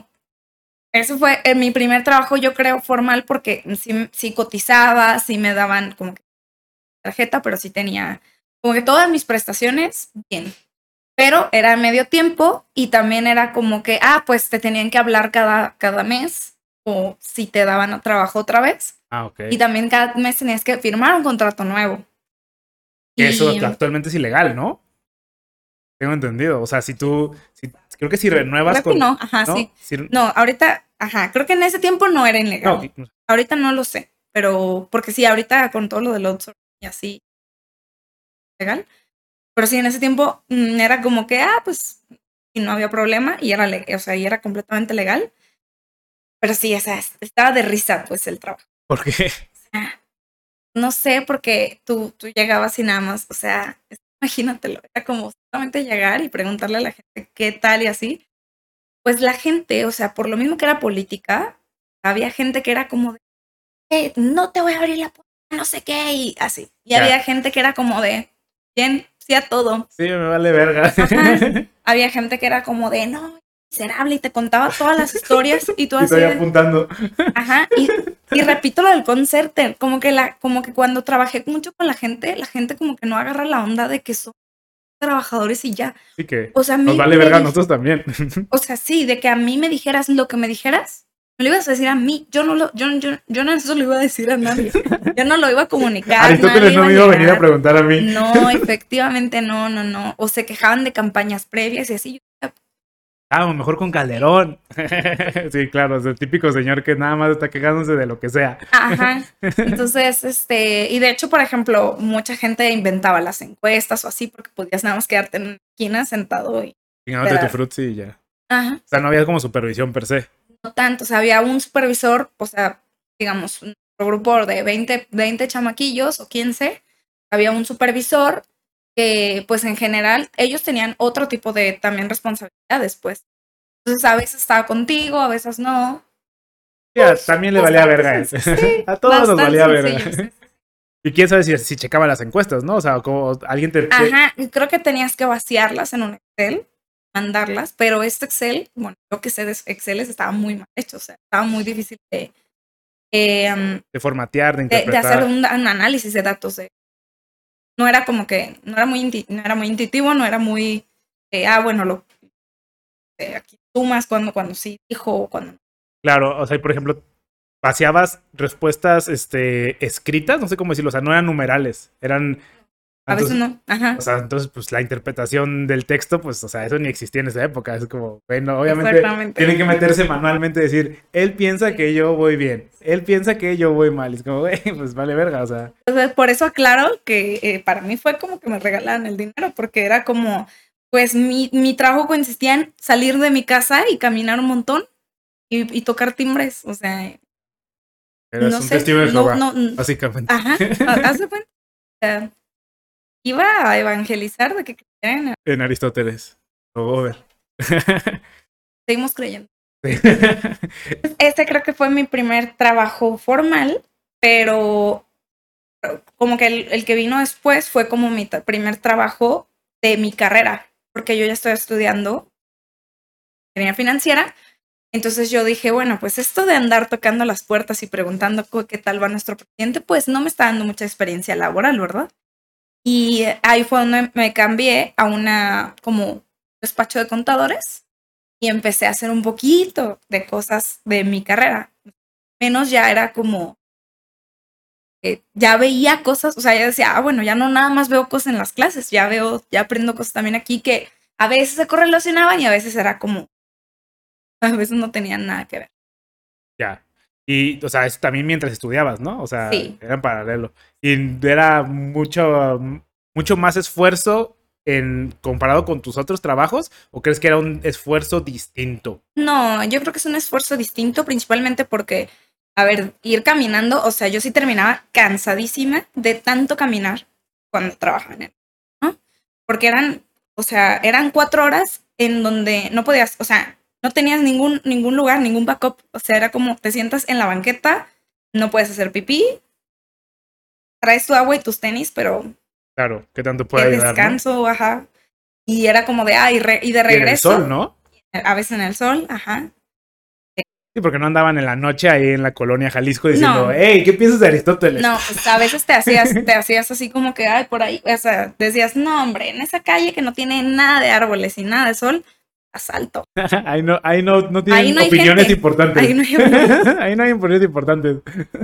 mi primer trabajo, yo creo, formal, porque sí cotizaba, sí me daban como que tarjeta, pero sí tenía como que todas mis prestaciones bien. Pero era medio tiempo y también era como que, pues te tenían que hablar cada mes o si te daban trabajo otra vez. Ok. Y también cada mes tenías que firmar un contrato nuevo. Eso actualmente es ilegal, ¿no? Tengo entendido. O sea, creo que si renuevas creo que no, ajá, ¿no? Sí. No, ahorita, creo que en ese tiempo no era ilegal. No. Ahorita no lo sé, pero porque sí, ahorita con todo lo del outsourcing y así, legal. Pero sí, en ese tiempo era como que, pues, no había problema y era, o sea, y era completamente legal. Pero sí, o sea, estaba de risa, pues, el trabajo. ¿Por qué? O sea, no sé, porque tú llegabas y nada más, o sea, imagínatelo, era como solamente llegar y preguntarle a la gente qué tal y así. Pues la gente, o sea, por lo mismo que era política, había gente que era como de, no te voy a abrir la puerta, no sé qué, y así. Y había gente que era como de, bien, sí a todo. Sí, me vale verga. Había gente que era como de, no, miserable, y te contaba todas las historias y tú así. Estoy apuntando. Y repito lo del concerter, como que cuando trabajé mucho con la gente como que no agarra la onda de que son trabajadores y ya. Sí que O sea, a mí nos vale verga a nosotros también. o sea, sí, de que a mí me dijeras lo que me dijeras, me lo ibas a decir a mí. Yo no eso lo iba a decir a nadie. Yo no lo iba a comunicar. Aristóteles Nadie no iba a me iba a venir a llegar. preguntar a mí. No, efectivamente, no. O se quejaban de campañas previas y así. Ah, mejor con Calderón. Sí, claro, es el típico señor que nada más está quejándose de lo que sea. Ajá. Entonces, y de hecho, por ejemplo, mucha gente inventaba las encuestas o así porque podías nada más quedarte en una esquina sentado y Chingándote tu esperar. frutzi y ya. Ajá. O sea, no había como supervisión per se. No tanto, o sea, había un supervisor, o sea, digamos, un grupo de 20 chamaquillos o 15, había un supervisor que, pues en general, ellos tenían otro tipo de también responsabilidades, pues. Entonces, a veces estaba contigo, a veces no. Ya, también le valía verga. Sí, A todos nos bastante valía verga. sencillo, sí. Y quién sabe si checaba las encuestas, ¿no? O sea, como alguien te... Ajá, y creo que tenías que vaciarlas en un Excel, mandarlas, pero este Excel, bueno, yo que sé de Excel estaba muy mal hecho, o sea, estaba muy difícil de formatear, de de interpretar. hacer un análisis de datos. No era como que, no era muy intuitivo, no era muy, bueno, aquí sumas cuando sí dijo o cuando no. Claro, o sea, por ejemplo, vaciabas respuestas escritas, no sé cómo decirlo, o sea, no eran numerales, eran... A veces Entonces, no, ajá. o sea, entonces, pues la interpretación del texto, pues, o sea, eso ni existía en esa época. Es como, bueno, obviamente Exactamente. tienen que meterse manualmente y decir, él piensa que yo voy bien, él piensa que yo voy mal. Y es como, güey, pues vale verga, o sea. Entonces, por eso aclaro que para mí fue como que me regalaban el dinero, porque era como, pues mi trabajo consistía en salir de mi casa y caminar un montón y tocar timbres, o sea, Eras no un sé, testigo de Jehová, no, básicamente. ajá, haz de cuenta, o sea, iba a evangelizar de que creyeran, En Aristóteles. O ver. seguimos creyendo. Sí. Este creo que fue mi primer trabajo formal, pero como que el que vino después fue como mi primer trabajo de mi carrera, porque yo ya estoy estudiando ingeniería financiera. Entonces yo dije, bueno, pues esto de andar tocando las puertas y preguntando qué tal va nuestro presidente, pues no me está dando mucha experiencia laboral, ¿verdad? Y ahí fue donde me cambié a una como despacho de contadores y empecé a hacer un poquito de cosas de mi carrera. Menos ya era como, ya veía cosas, o sea, ya decía, bueno, ya no nada más veo cosas en las clases, ya aprendo cosas también aquí que a veces se correlacionaban y a veces era como, a veces no tenían nada que ver. Ya. Y, o sea, eso también mientras estudiabas, ¿no? O sea, Sí. era en paralelo. Y era mucho más esfuerzo comparado con tus otros trabajos, ¿o crees que era un esfuerzo distinto? No, yo creo que es un esfuerzo distinto, principalmente porque, a ver, ir caminando, o sea, yo sí terminaba cansadísima de tanto caminar cuando trabajaba en él, ¿no? Porque o sea, eran 4 horas en donde no podías, o sea, no tenías ningún lugar, ningún backup, o sea, era como te sientas en la banqueta, no puedes hacer pipí, traes tu agua y tus tenis, pero Claro, ¿qué tanto qué puede ayudar, no? descanso, ajá. Y era como de, y de Y en el sol, regreso, ¿no? a veces en el sol, ajá. Sí, porque no andaban en la noche ahí en la colonia Jalisco diciendo, No, hey, ¿qué piensas de Aristóteles? no, pues a veces te hacías así como que, ay, por ahí, o sea, decías, no, hombre, en esa calle que no tiene nada de árboles y nada de sol, asalto. Ahí no Ahí tienen no hay opiniones gente. importantes. Ahí no hay opiniones. Ahí no hay opiniones importantes.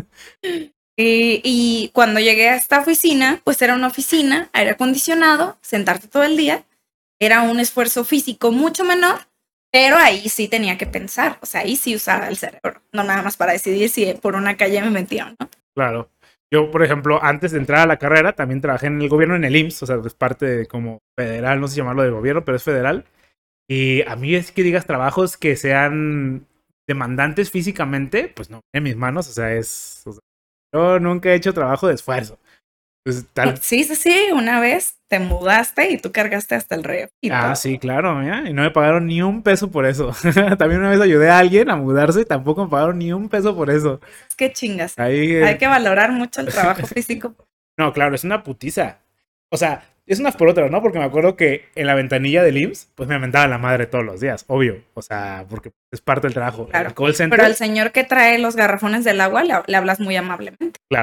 Y cuando llegué a esta oficina, pues era una oficina, aire acondicionado, sentarte todo el día, era un esfuerzo físico mucho menor, pero ahí sí tenía que pensar, o sea, ahí sí usaba el cerebro, no nada más para decidir si por una calle me metía o no. Claro. Yo, por ejemplo, antes de entrar a la carrera, también trabajé en el gobierno, en el IMSS, o sea, es parte de como federal, no sé llamarlo de gobierno, pero es federal. Y a mí es que digas trabajos que sean demandantes físicamente, pues no, en mis manos, o sea, o sea, yo nunca he hecho trabajo de esfuerzo. Pues tal. Sí, una vez te mudaste y tú cargaste hasta el rey y todo. Sí, claro, mira, y no me pagaron ni un peso por eso. También una vez ayudé a alguien a mudarse y tampoco me pagaron ni un peso por eso. Es que chingas. Ahí, Hay que valorar mucho el trabajo físico. no, claro, es una putiza. O sea, es unas por otras, ¿no? Porque me acuerdo que en la ventanilla del IMSS, pues me mentaba la madre todos los días, obvio. O sea, porque es parte del trabajo. Claro. El call center, Pero al señor que trae los garrafones del agua le hablas muy amablemente. claro.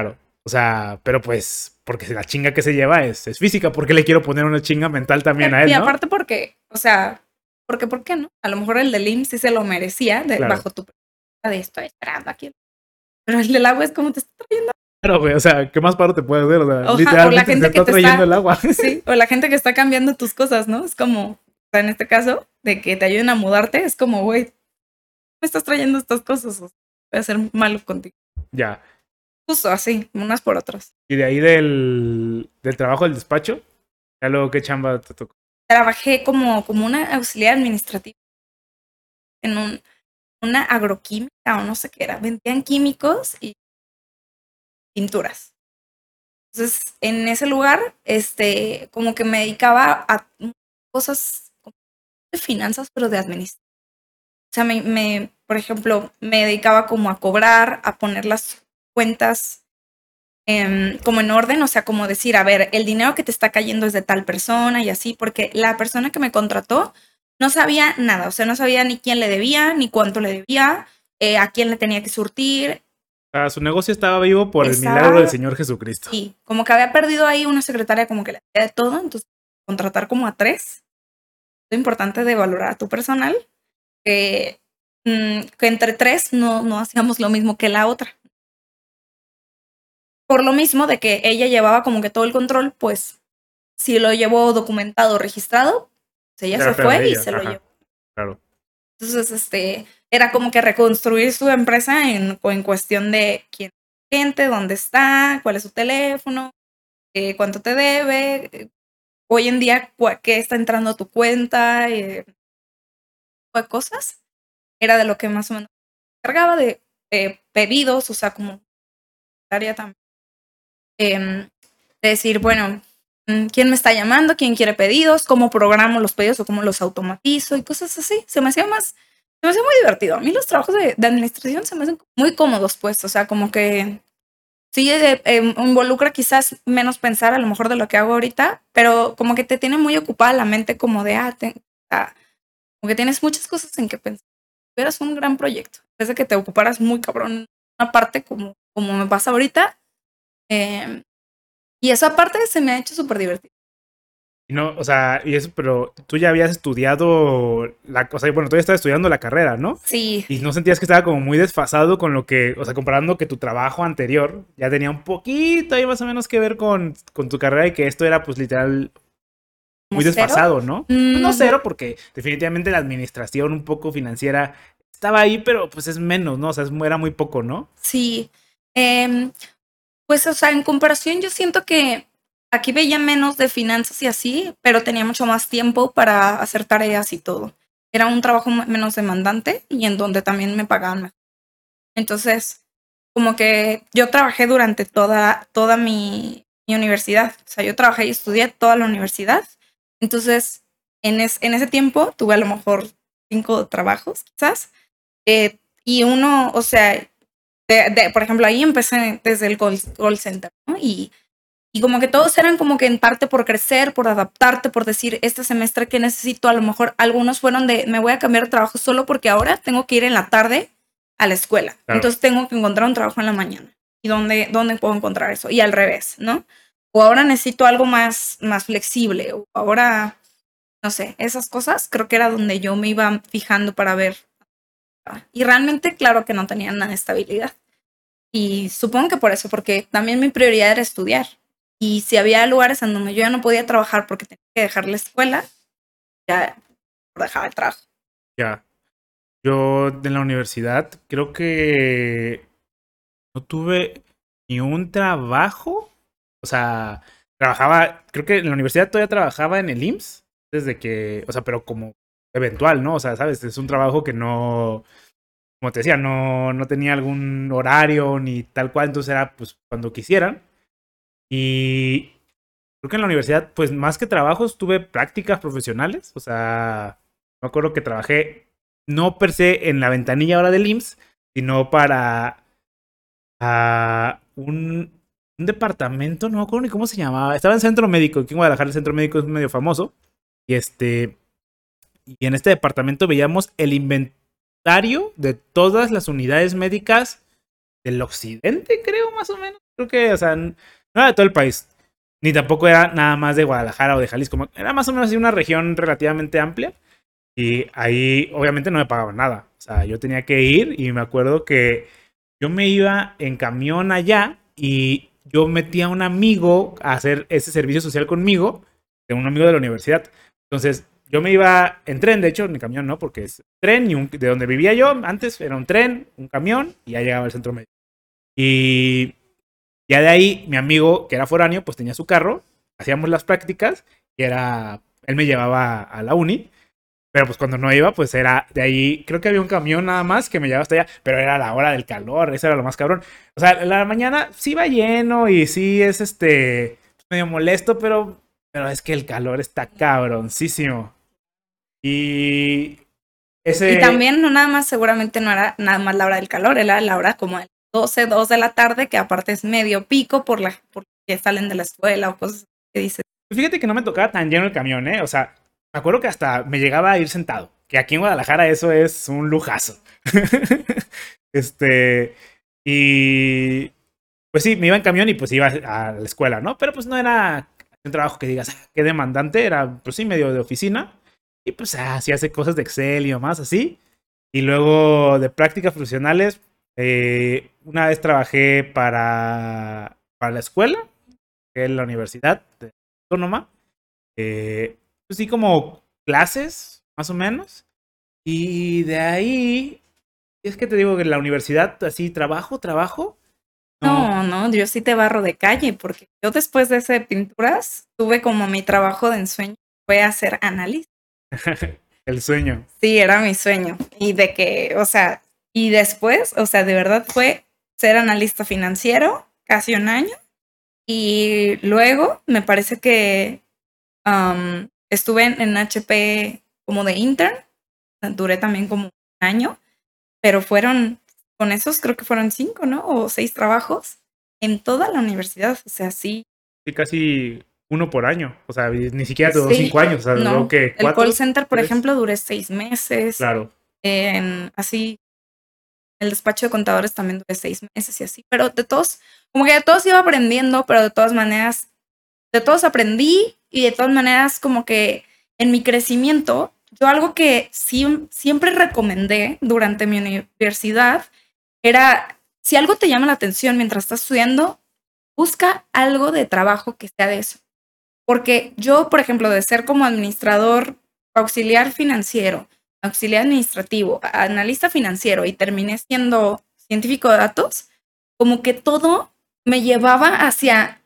O sea, pero pues, porque la chinga que se lleva es física. ¿Por qué le quiero poner una chinga mental también a él, Y no? aparte porque, o sea, porque ¿por qué no? A lo mejor el del IMSS sí se lo merecía Claro. bajo tu perspectiva de estoy esperando aquí. Pero el del agua es como te está trayendo. Claro, güey, o sea, ¿qué más paro te puede hacer? O sea, O la literalmente te gente que está te trayendo el está, agua. sí, o la gente que está cambiando tus cosas, ¿no? Es como, o sea, en este caso, de que te ayuden a mudarte, es como, güey, me estás trayendo estas cosas, o sea, voy a ser malo contigo. Ya. Justo así, unas por otras. Y de ahí del trabajo del despacho, ya luego qué chamba te tocó. Trabajé como una auxiliar administrativa en una agroquímica o no sé qué era. Vendían químicos y pinturas. Entonces, en ese lugar, como que me dedicaba a cosas de finanzas, pero de administración. O sea, por ejemplo, me dedicaba como a cobrar, a poner las cuentas como en orden, o sea, como decir, a ver, el dinero que te está cayendo es de tal persona y así, porque la persona que me contrató no sabía nada, o sea, no sabía ni quién le debía, ni cuánto le debía, a quién le tenía que surtir. Ah, su negocio estaba vivo por el milagro del Estaba, Señor Jesucristo. sí, como que había perdido ahí una secretaria como que le hacía de todo, entonces contratar como a 3. Lo importante de valorar a tu personal, que entre 3 no hacíamos lo mismo que la otra. Por lo mismo de que ella llevaba como que todo el control, pues si lo llevó documentado, registrado, pues ella se Era pedo de fue y ella, se lo ajá, llevó. claro. Entonces, era como que reconstruir su empresa en cuestión de quién es gente, dónde está, cuál es su teléfono, cuánto te debe, hoy en día qué está entrando a tu cuenta, de cosas. Era de lo que más o menos me encargaba de pedidos, o sea, como área también. De decir, bueno, ¿quién me está llamando? ¿Quién quiere pedidos? ¿Cómo programo los pedidos o cómo los automatizo? Y cosas así. Se me hacía muy divertido. A mí los trabajos de administración se me hacen muy cómodos, pues. O sea, como que sí involucra quizás menos pensar a lo mejor de lo que hago ahorita, pero como que te tiene muy ocupada la mente como de, como que tienes muchas cosas en que pensar. Eras un gran proyecto. Desde que te ocuparas muy cabrón una parte como me pasa ahorita. Eh, y eso aparte se me ha hecho súper divertido. Y no, o sea, y eso, pero tú ya habías estudiado o sea, bueno, tú ya estabas estudiando la carrera, ¿no? Sí, Y no sentías que estaba como muy desfasado con lo que, o sea, comparando que tu trabajo anterior ya tenía un poquito ahí más o menos que ver con tu carrera y que esto era pues literal como muy cero. desfasado, ¿no? Pues no Mm, cero, porque definitivamente la administración un poco financiera estaba ahí, pero pues es menos, ¿no? O sea, era muy poco, ¿no? sí. Em, pues, o sea, en comparación, yo siento que aquí veía menos de finanzas y así, pero tenía mucho más tiempo para hacer tareas y todo. Era un trabajo menos demandante y en donde también me pagaban mejor. Entonces, como que yo trabajé durante toda mi universidad. O sea, yo trabajé y estudié toda la universidad. Entonces, en ese tiempo tuve a lo mejor 5 trabajos, quizás. Y uno, o sea, por ejemplo, ahí empecé desde el call center, ¿no? Y como que todos eran como que en parte por crecer, por adaptarte, por decir, este semestre que necesito, a lo mejor algunos fueron de, me voy a cambiar de trabajo solo porque ahora tengo que ir en la tarde a la escuela. Claro. Entonces tengo que encontrar un trabajo en la mañana. ¿Y dónde puedo encontrar eso? Y al revés, ¿no? O ahora necesito algo más flexible, o ahora, no sé, esas cosas creo que era donde yo me iba fijando para ver. Y realmente, claro que no tenía nada de estabilidad. Y supongo que por eso, porque también mi prioridad era estudiar. Y si había lugares en donde yo ya no podía trabajar porque tenía que dejar la escuela, ya dejaba el trabajo. Ya. Yo de la universidad creo que no tuve ni un trabajo. O sea, trabajaba, creo que en la universidad todavía trabajaba en el IMSS, desde que, o sea, pero como eventual, ¿no? O sea, sabes, es un trabajo que no, como te decía, no tenía algún horario ni tal cual, entonces era pues cuando quisieran. Y creo que en la universidad, pues más que trabajos, tuve prácticas profesionales. O sea, me acuerdo que trabajé no per se en la ventanilla ahora del IMSS, sino para un departamento, no me acuerdo ni cómo se llamaba. Estaba en centro médico, aquí en Guadalajara el centro médico es medio famoso. Y y en este departamento veíamos el inventario de todas las unidades médicas del occidente, creo, más o menos. Creo que, o sea, no era de todo el país. Ni tampoco era nada más de Guadalajara o de Jalisco. Era más o menos así una región relativamente amplia. Y ahí, obviamente, no me pagaban nada. O sea, yo tenía que ir y me acuerdo que yo me iba en camión allá y yo metí a un amigo a hacer ese servicio social conmigo, de un amigo de la universidad. Entonces, yo me iba en tren, de hecho, en camión no, porque es tren y de donde vivía yo antes era un tren, un camión y ya llegaba al centro médico. Y ya de ahí, mi amigo, que era foráneo, pues tenía su carro, hacíamos las prácticas y él me llevaba a la uni. Pero pues cuando no iba, pues era de ahí. Creo que había un camión nada más que me llevaba hasta allá, pero era la hora del calor, eso era lo más cabrón. O sea, la mañana sí va lleno y sí es medio molesto, pero es que el calor está cabroncísimo. Y Y ese, también no nada más, seguramente no era nada más la hora del calor, era la hora como de 12, 2 de la tarde, que aparte es medio pico porque salen de la escuela o cosas que dices. fíjate que no me tocaba tan lleno el camión, ¿eh? O sea, me acuerdo que hasta me llegaba a ir sentado. Que aquí en Guadalajara eso es un lujazo. este. Y pues sí, me iba en camión y pues iba a la escuela, ¿no? Pero pues no era un trabajo que digas, qué demandante, era pues sí, medio de oficina. Y pues así hace cosas de Excel y demás, así. Y luego de prácticas profesionales, una vez trabajé para la escuela, que es la universidad autónoma. Pues sí, como clases, más o menos. Y de ahí, es que te digo que en la universidad, así, trabajo. No, No, yo sí te barro de calle, porque yo después de ese pinturas tuve como mi trabajo de ensueño, fue hacer analista. el sueño. Sí, era mi sueño. Y de que, o sea, y después, o sea, de verdad fue ser analista financiero, casi un año. Y luego me parece que estuve en HP como de intern, duré también como un año, pero con esos creo que fueron 5, ¿no? O 6 trabajos en toda la universidad, o sea, sí. Sí, casi uno por año. O sea, ni siquiera duró Sí, 5 años. O sea, duró no. que El call cuatro, center, por tres. ejemplo, duré 6 meses. Claro. Así, el despacho de contadores también duré 6 meses y así. Pero como que de todos iba aprendiendo, pero de todas maneras, de todos aprendí y de todas maneras como que en mi crecimiento, yo algo que siempre recomendé durante mi universidad era, si algo te llama la atención mientras estás estudiando, busca algo de trabajo que sea de eso. Porque yo, por ejemplo, de ser como administrador, auxiliar financiero, auxiliar administrativo, analista financiero y terminé siendo científico de datos, como que todo me llevaba hacia,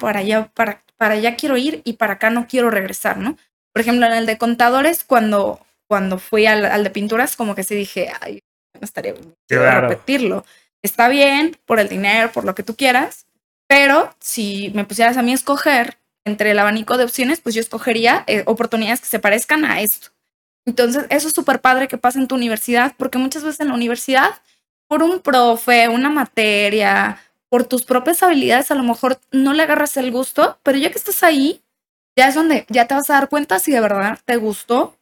para allá quiero ir y para acá no quiero regresar, ¿no? Por ejemplo, en el de contadores, cuando fui al de pinturas, como que sí dije, ay, no estaría bien Claro. repetirlo. Está bien por el dinero, por lo que tú quieras, pero si me pusieras a mí a escoger entre el abanico de opciones, pues yo escogería oportunidades que se parezcan a esto. Entonces, eso es súper padre que pasa en tu universidad, porque muchas veces en la universidad, por un profe, una materia, por tus propias habilidades, a lo mejor no le agarras el gusto, pero ya que estás ahí, ya es donde ya te vas a dar cuenta si de verdad te gustó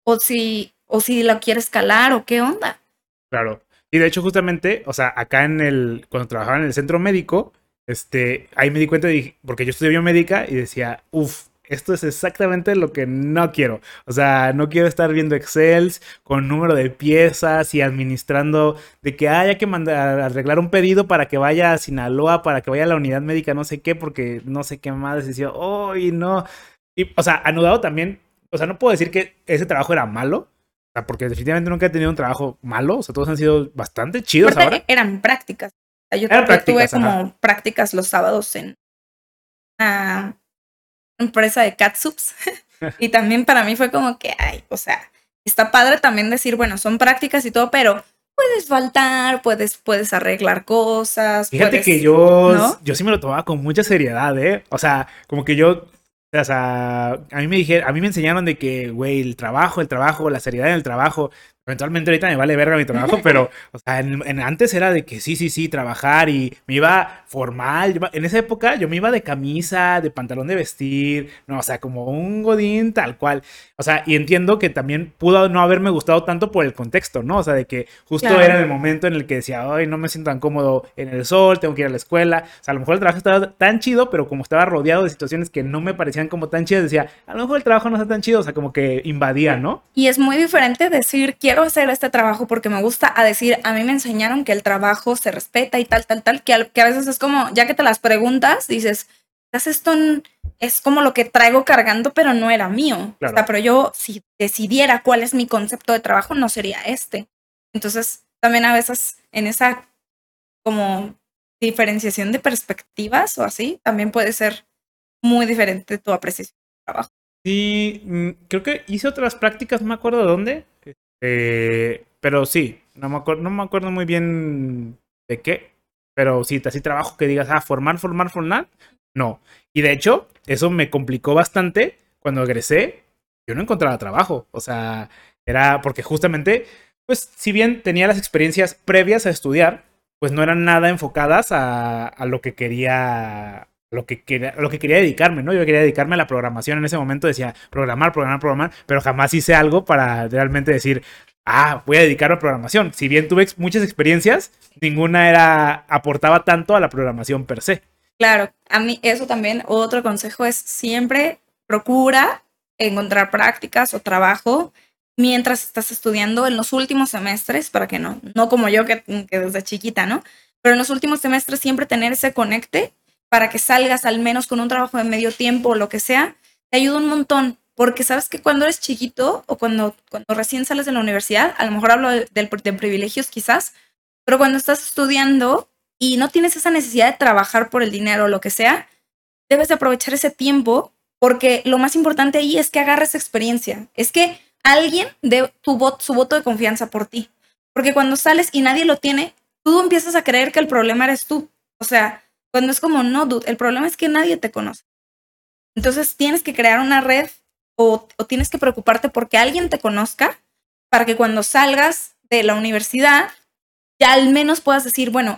o si lo quieres calar o qué onda. Claro. Y de hecho, justamente, o sea, acá cuando trabajaba en el centro médico, ahí me di cuenta porque yo estudié biomédica y decía, uff, esto es exactamente lo que no quiero. O sea, no quiero estar viendo Excels con número de piezas y administrando de que haya que mandar a arreglar un pedido para que vaya a Sinaloa, para que vaya a la unidad médica, no sé qué, porque no sé qué más. Decía, oh, y no. Y, o sea, anudado también, o sea, no puedo decir que ese trabajo era malo, sea, porque definitivamente nunca he tenido un trabajo malo. O sea, todos han sido bastante chidos Aparte, ahora. eran prácticas. O sea, Eran yo tuve prácticas, ajá. como prácticas los sábados en una empresa de catsups. Y también para mí fue como que, ay, o sea, está padre también decir, bueno, son prácticas y todo, pero puedes faltar, puedes arreglar cosas, Fíjate que puedes, ¿no? yo sí me lo tomaba con mucha seriedad, ¿eh? O sea, como que yo, o sea, a mí me enseñaron de que, güey, el trabajo, la seriedad en el trabajo. Eventualmente ahorita me vale verga mi trabajo, pero, o sea, antes era de que sí, trabajar y me iba formal. En esa época yo me iba de camisa, de pantalón de vestir, no, o sea, como un godín tal cual. O sea, y entiendo que también pudo no haberme gustado tanto por el contexto, ¿no? O sea, de que justo era Claro. el momento en el que decía, ay, no me siento tan cómodo en el sol, tengo que ir a la escuela. O sea, a lo mejor el trabajo estaba tan chido, pero como estaba rodeado de situaciones que no me parecían como tan chidas, decía, a lo mejor el trabajo no está tan chido, o sea, como que invadía, ¿no? Y es muy diferente decir, quiero hacer este trabajo porque me gusta, a decir, a mí me enseñaron que el trabajo se respeta y tal, que a veces es como, ya que te las preguntas, dices, "Quizás esto es como lo que traigo cargando, pero no era mío. O Claro. sea, pero yo, si decidiera cuál es mi concepto de trabajo, no sería este. Entonces, también a veces en esa como diferenciación de perspectivas o así, también puede ser muy diferente tu apreciación del trabajo. Sí, creo que hice otras prácticas, no me acuerdo de dónde. Pero sí, no me acuerdo muy bien de qué. Pero sí, así trabajo que digas, formar, no. Y de hecho, eso me complicó bastante cuando egresé. Yo no encontraba trabajo. O sea, era porque justamente, pues, si bien tenía las experiencias previas a estudiar, pues no eran nada enfocadas a lo que quería a lo que quería dedicarme, ¿no? Yo quería dedicarme a la programación en ese momento, decía programar, pero jamás hice algo para realmente decir, voy a dedicarme a programación. Si bien tuve muchas experiencias, ninguna aportaba tanto a la programación per se. Claro, a mí eso también, otro consejo es siempre procura encontrar prácticas o trabajo mientras estás estudiando en los últimos semestres, para que no como yo que desde chiquita, ¿no? Pero en los últimos semestres siempre tener ese conecte para que salgas al menos con un trabajo de medio tiempo o lo que sea, te ayuda un montón, porque sabes que cuando eres chiquito o cuando recién sales de la universidad, a lo mejor hablo de privilegios quizás, pero cuando estás estudiando y no tienes esa necesidad de trabajar por el dinero o lo que sea, debes de aprovechar ese tiempo porque lo más importante ahí es que agarres experiencia, es que alguien dé su voto de confianza por ti. Porque cuando sales y nadie lo tiene, tú empiezas a creer que el problema eres tú. O sea, cuando es como, no, dude, el problema es que nadie te conoce. Entonces tienes que crear una red o tienes que preocuparte porque alguien te conozca para que cuando salgas de la universidad ya al menos puedas decir, bueno,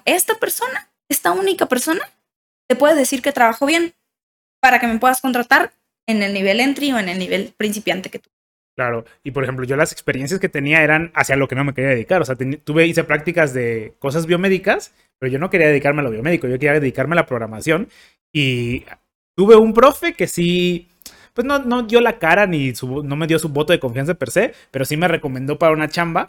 esta única persona, te puede decir que trabajo bien para que me puedas contratar en el nivel entry o en el nivel principiante que tú. Claro, y por ejemplo, yo las experiencias que tenía eran hacia lo que no me quería dedicar. O sea, hice prácticas de cosas biomédicas, pero yo no quería dedicarme a lo biomédico, yo quería dedicarme a la programación. Y tuve un profe que sí, pues no dio la cara ni no me dio su voto de confianza per se, pero sí me recomendó para una chamba,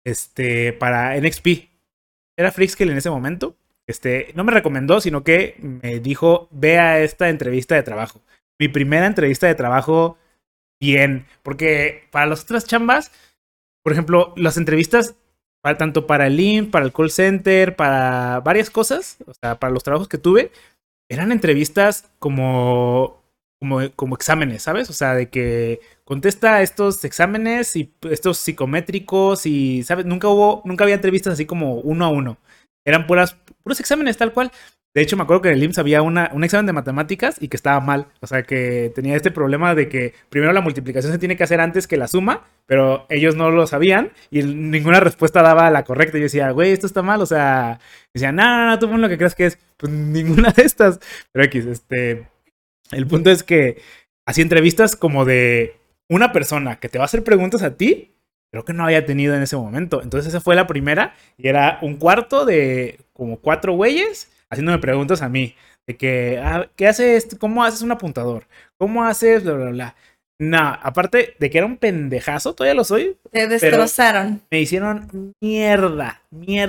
para NXP. Era Freakscale en ese momento. No me recomendó, sino que me dijo, ve a esta entrevista de trabajo. Mi primera entrevista de trabajo bien, porque para las otras chambas, por ejemplo, las entrevistas, tanto para el IMSS, para el call center, para varias cosas, o sea, para los trabajos que tuve, eran entrevistas como exámenes, ¿sabes? O sea, de que contesta estos exámenes y estos psicométricos y, ¿sabes? Nunca había entrevistas así como uno a uno. Eran puros exámenes tal cual. De hecho, me acuerdo que en el IMSS había un examen de matemáticas y que estaba mal. O sea, que tenía este problema de que primero la multiplicación se tiene que hacer antes que la suma, pero ellos no lo sabían y ninguna respuesta daba la correcta. Y yo decía, güey, esto está mal. O sea, decía, no, tú pon lo que creas que es. Pues ninguna de estas. Pero X, el punto es que hacía entrevistas como de una persona que te va a hacer preguntas a ti, creo que no había tenido en ese momento. Entonces esa fue la primera y era un cuarto de como 4 güeyes haciéndome preguntas a mí. De que, ¿qué haces? ¿Cómo haces un apuntador? ¿Cómo haces? Bla, bla, bla. No, aparte de que era un pendejazo, todavía lo soy. Te destrozaron. Me hicieron mierda.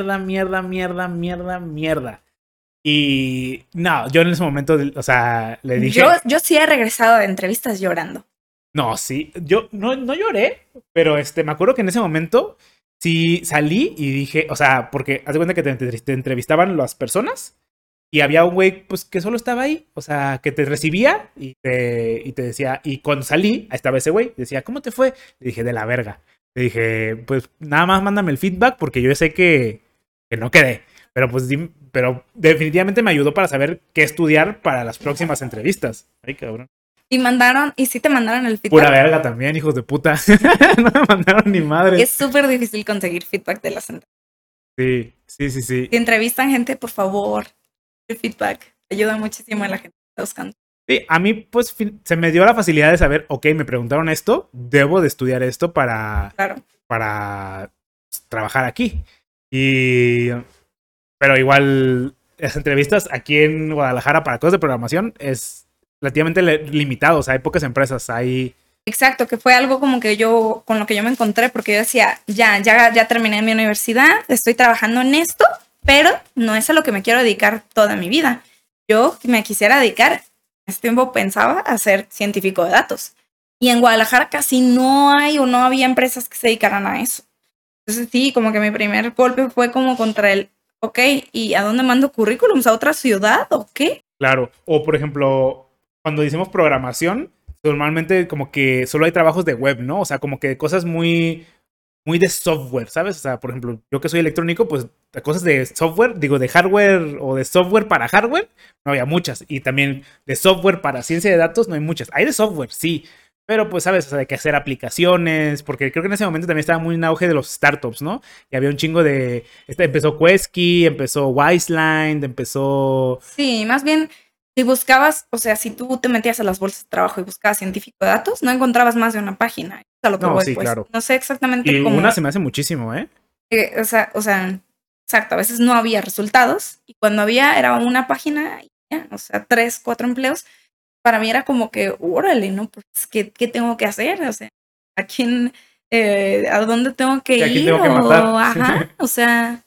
Y no, yo en ese momento, o sea, le dije. Yo sí he regresado de entrevistas llorando. No, sí, yo no lloré, pero me acuerdo que en ese momento sí salí y dije, o sea, porque haz de cuenta que te entrevistaban las personas y había un güey pues que solo estaba ahí, o sea, que te recibía y te decía, y cuando salí, estaba ese güey, decía, ¿cómo te fue? Le dije, de la verga. Le dije, pues nada más mándame el feedback porque yo sé que no quedé. Pero pues pero definitivamente me ayudó para saber qué estudiar para las próximas entrevistas. Ay, cabrón. Y sí te mandaron el feedback. Pura verga también, hijos de puta. No me mandaron ni madre. Es súper difícil conseguir feedback de las entrevistas. Sí. Si entrevistan gente, por favor, el feedback ayuda muchísimo a la gente que está buscando. Sí, a mí pues se me dio la facilidad de saber, ok, me preguntaron esto, debo de estudiar esto para trabajar aquí. Pero igual las entrevistas aquí en Guadalajara para cosas de programación es relativamente limitado, o sea, hay pocas empresas, hay... Exacto, que fue algo como que con lo que yo me encontré, porque yo decía, ya terminé mi universidad, estoy trabajando en esto, pero no es a lo que me quiero dedicar toda mi vida. Yo me quisiera dedicar, en ese tiempo pensaba, a ser científico de datos. Y en Guadalajara casi no hay o no había empresas que se dedicaran a eso. Entonces sí, como que mi primer golpe fue como contra el, ok, ¿y a dónde mando currículums? ¿A otra ciudad o qué? Claro, o por ejemplo, cuando decimos programación, normalmente como que solo hay trabajos de web, ¿no? O sea, como que cosas muy de software, ¿sabes? O sea, por ejemplo, yo que soy electrónico, pues cosas de software, digo, de hardware o de software para hardware, no había muchas. Y también de software para ciencia de datos no hay muchas. Hay de software, sí. Pero pues, ¿sabes? O sea, de que hacer aplicaciones, porque creo que en ese momento también estaba muy en auge de los startups, ¿no? Y había un chingo de... empezó Quesky, empezó Wiseline, empezó... Sí, más bien, si buscabas, o sea, si tú te metías a las bolsas de trabajo y buscabas científico de datos, no encontrabas más de una página. A lo que voy, sí, pues. Claro. No sé exactamente y cómo... una se me hace muchísimo, ¿eh? O sea, exacto, a veces no había resultados y cuando había era una página, y ya, o sea, 3, 4 empleos. Para mí era como que, órale, ¿no? Pues, ¿qué tengo que hacer? O sea, ¿a quién, a dónde tengo que ir? ¿A quién tengo que matar? Ajá, o sea,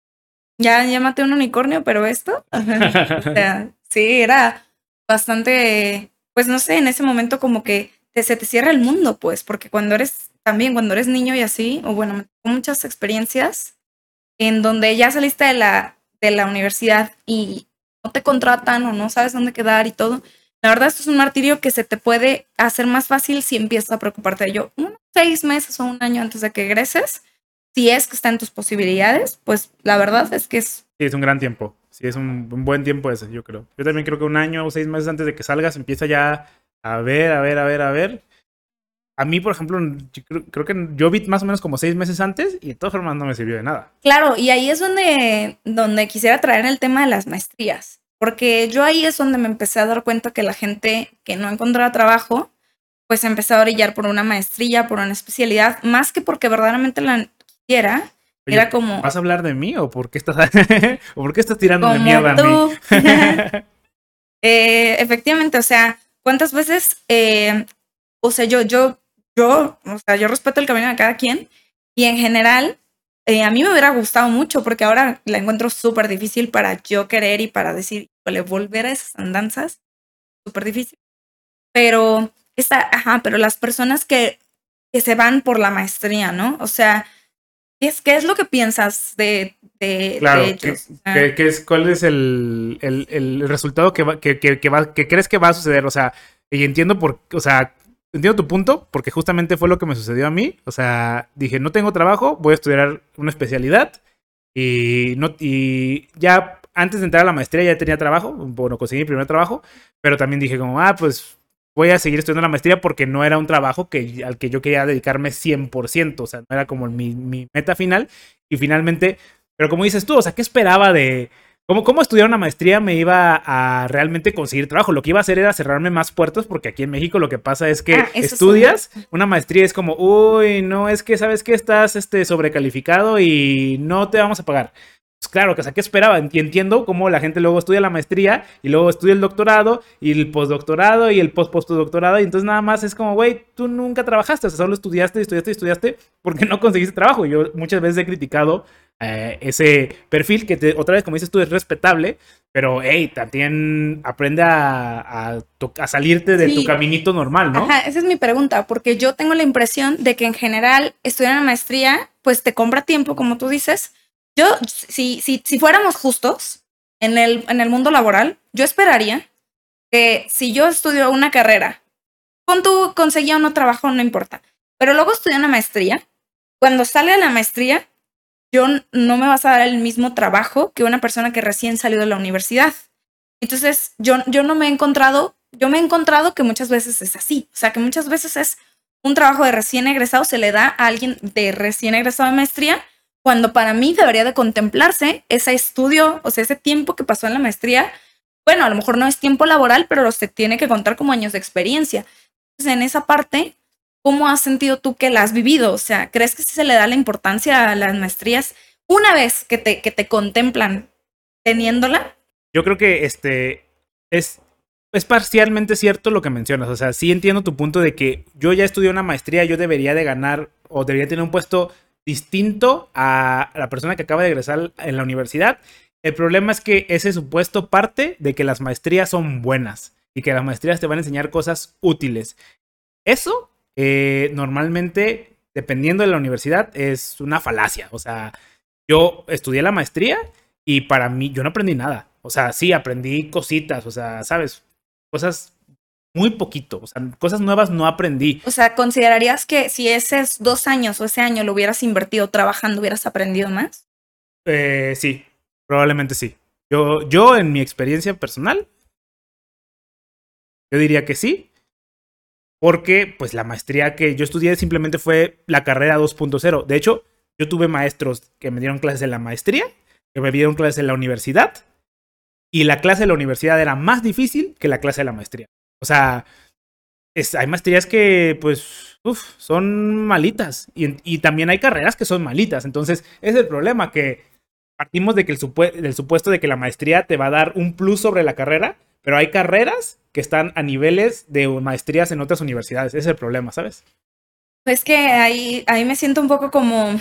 ya maté un unicornio, pero esto, o sea, sí, era bastante, pues no sé, en ese momento como que se te cierra el mundo, pues, porque cuando eres niño y así, o bueno, me tocó muchas experiencias en donde ya saliste de la universidad y no te contratan o no sabes dónde quedar y todo. La verdad, esto es un martirio que se te puede hacer más fácil si empiezas a preocuparte de ello. Unos 6 meses o un año antes de que egreses, si es que está en tus posibilidades, pues la verdad es que es... Sí, es un gran tiempo. Sí, es un buen tiempo ese, yo creo. Yo también creo que un año o 6 meses antes de que salgas empieza ya a ver. A mí, por ejemplo, creo que yo vi más o menos como 6 meses antes y de todas formas no me sirvió de nada. Claro, y ahí es donde quisiera traer el tema de las maestrías. Porque yo ahí es donde me empecé a dar cuenta que la gente que no encontraba trabajo, pues empezó a orillar por una maestría, por una especialidad, más que porque verdaderamente la quisiera. Oye, era como... ¿vas a hablar de mí o por qué estás, o por qué estás tirando de mierda tú. a mí? Efectivamente, o sea, ¿cuántas veces? O sea, yo respeto el camino de cada quien y en general a mí me hubiera gustado mucho porque ahora la encuentro súper difícil para yo querer y para decir, volver a esas andanzas, súper difícil. Pero pero las personas que se van por la maestría, ¿no? O sea, ¿qué es lo que piensas de claro, ellos? ¿cuál es el resultado que crees que va a suceder? O sea, y entiendo entiendo tu punto, porque justamente fue lo que me sucedió a mí. O sea, dije, no tengo trabajo, voy a estudiar una especialidad. Y ya antes de entrar a la maestría ya tenía trabajo. Bueno, conseguí mi primer trabajo. Pero también dije como, pues voy a seguir estudiando la maestría porque no era un trabajo al que yo quería dedicarme 100%. O sea, no era como mi meta final. Y finalmente, pero como dices tú, o sea, ¿qué esperaba de... ¿Cómo estudiar una maestría me iba a realmente conseguir trabajo? Lo que iba a hacer era cerrarme más puertas porque aquí en México lo que pasa es que estudias una maestría es como, uy, no, es que sabes que estás sobrecalificado y no te vamos a pagar. Pues claro, que o sea, ¿qué esperaba? Y entiendo cómo la gente luego estudia la maestría y luego estudia el doctorado y el postdoctorado y el postdoctorado y entonces nada más es como, güey, tú nunca trabajaste, o sea, solo estudiaste porque no conseguiste trabajo. Yo muchas veces he criticado ese perfil que otra vez, como dices tú, es respetable, pero hey, también aprende a salirte de tu caminito normal, ¿no? Ajá, esa es mi pregunta, porque yo tengo la impresión de que en general estudiar una maestría, pues te compra tiempo, como tú dices. Yo, si fuéramos justos en el mundo laboral, yo esperaría que si yo estudio una carrera, con tú conseguía o no trabajo, no importa, pero luego estudio una maestría, cuando sale de la maestría, no me vas a dar el mismo trabajo que una persona que recién salió de la universidad. Entonces, yo no me he encontrado yo me he encontrado que muchas veces es así. O sea, que muchas veces es un trabajo de recién egresado, se le da a alguien de recién egresado de maestría, cuando para mí debería de contemplarse ese estudio, o sea, ese tiempo que pasó en la maestría. Bueno, a lo mejor no es tiempo laboral, pero se tiene que contar como años de experiencia. Entonces, en esa parte, ¿cómo has sentido tú que la has vivido? O sea, ¿crees que sí se le da la importancia a las maestrías una vez que te contemplan teniéndola? Yo creo que es parcialmente cierto lo que mencionas. O sea, sí entiendo tu punto de que yo ya estudié una maestría, yo debería de ganar o debería tener un puesto distinto a la persona que acaba de egresar en la universidad. El problema es que ese supuesto parte de que las maestrías son buenas y que las maestrías te van a enseñar cosas útiles. Eso, normalmente, dependiendo de la universidad, es una falacia. O sea, yo estudié la maestría y para mí yo no aprendí nada. O sea, sí, aprendí cositas, o sea, ¿sabes? Cosas muy poquito, o sea, cosas nuevas no aprendí. O sea, ¿considerarías que si esos 2 años o ese año lo hubieras invertido trabajando, hubieras aprendido más? Sí, probablemente sí. Yo, en mi experiencia personal, yo diría que sí, porque pues la maestría que yo estudié simplemente fue la carrera 2.0. De hecho, yo tuve maestros que me dieron clases en la maestría, que me dieron clases en la universidad, y la clase de la universidad era más difícil que la clase de la maestría. O sea, hay maestrías que, pues, son malitas. Y también hay carreras que son malitas. Entonces, es el problema, que partimos de que del supuesto de que la maestría te va a dar un plus sobre la carrera, pero hay carreras que están a niveles de maestrías en otras universidades. Ese es el problema, ¿sabes? Pues que ahí me siento un poco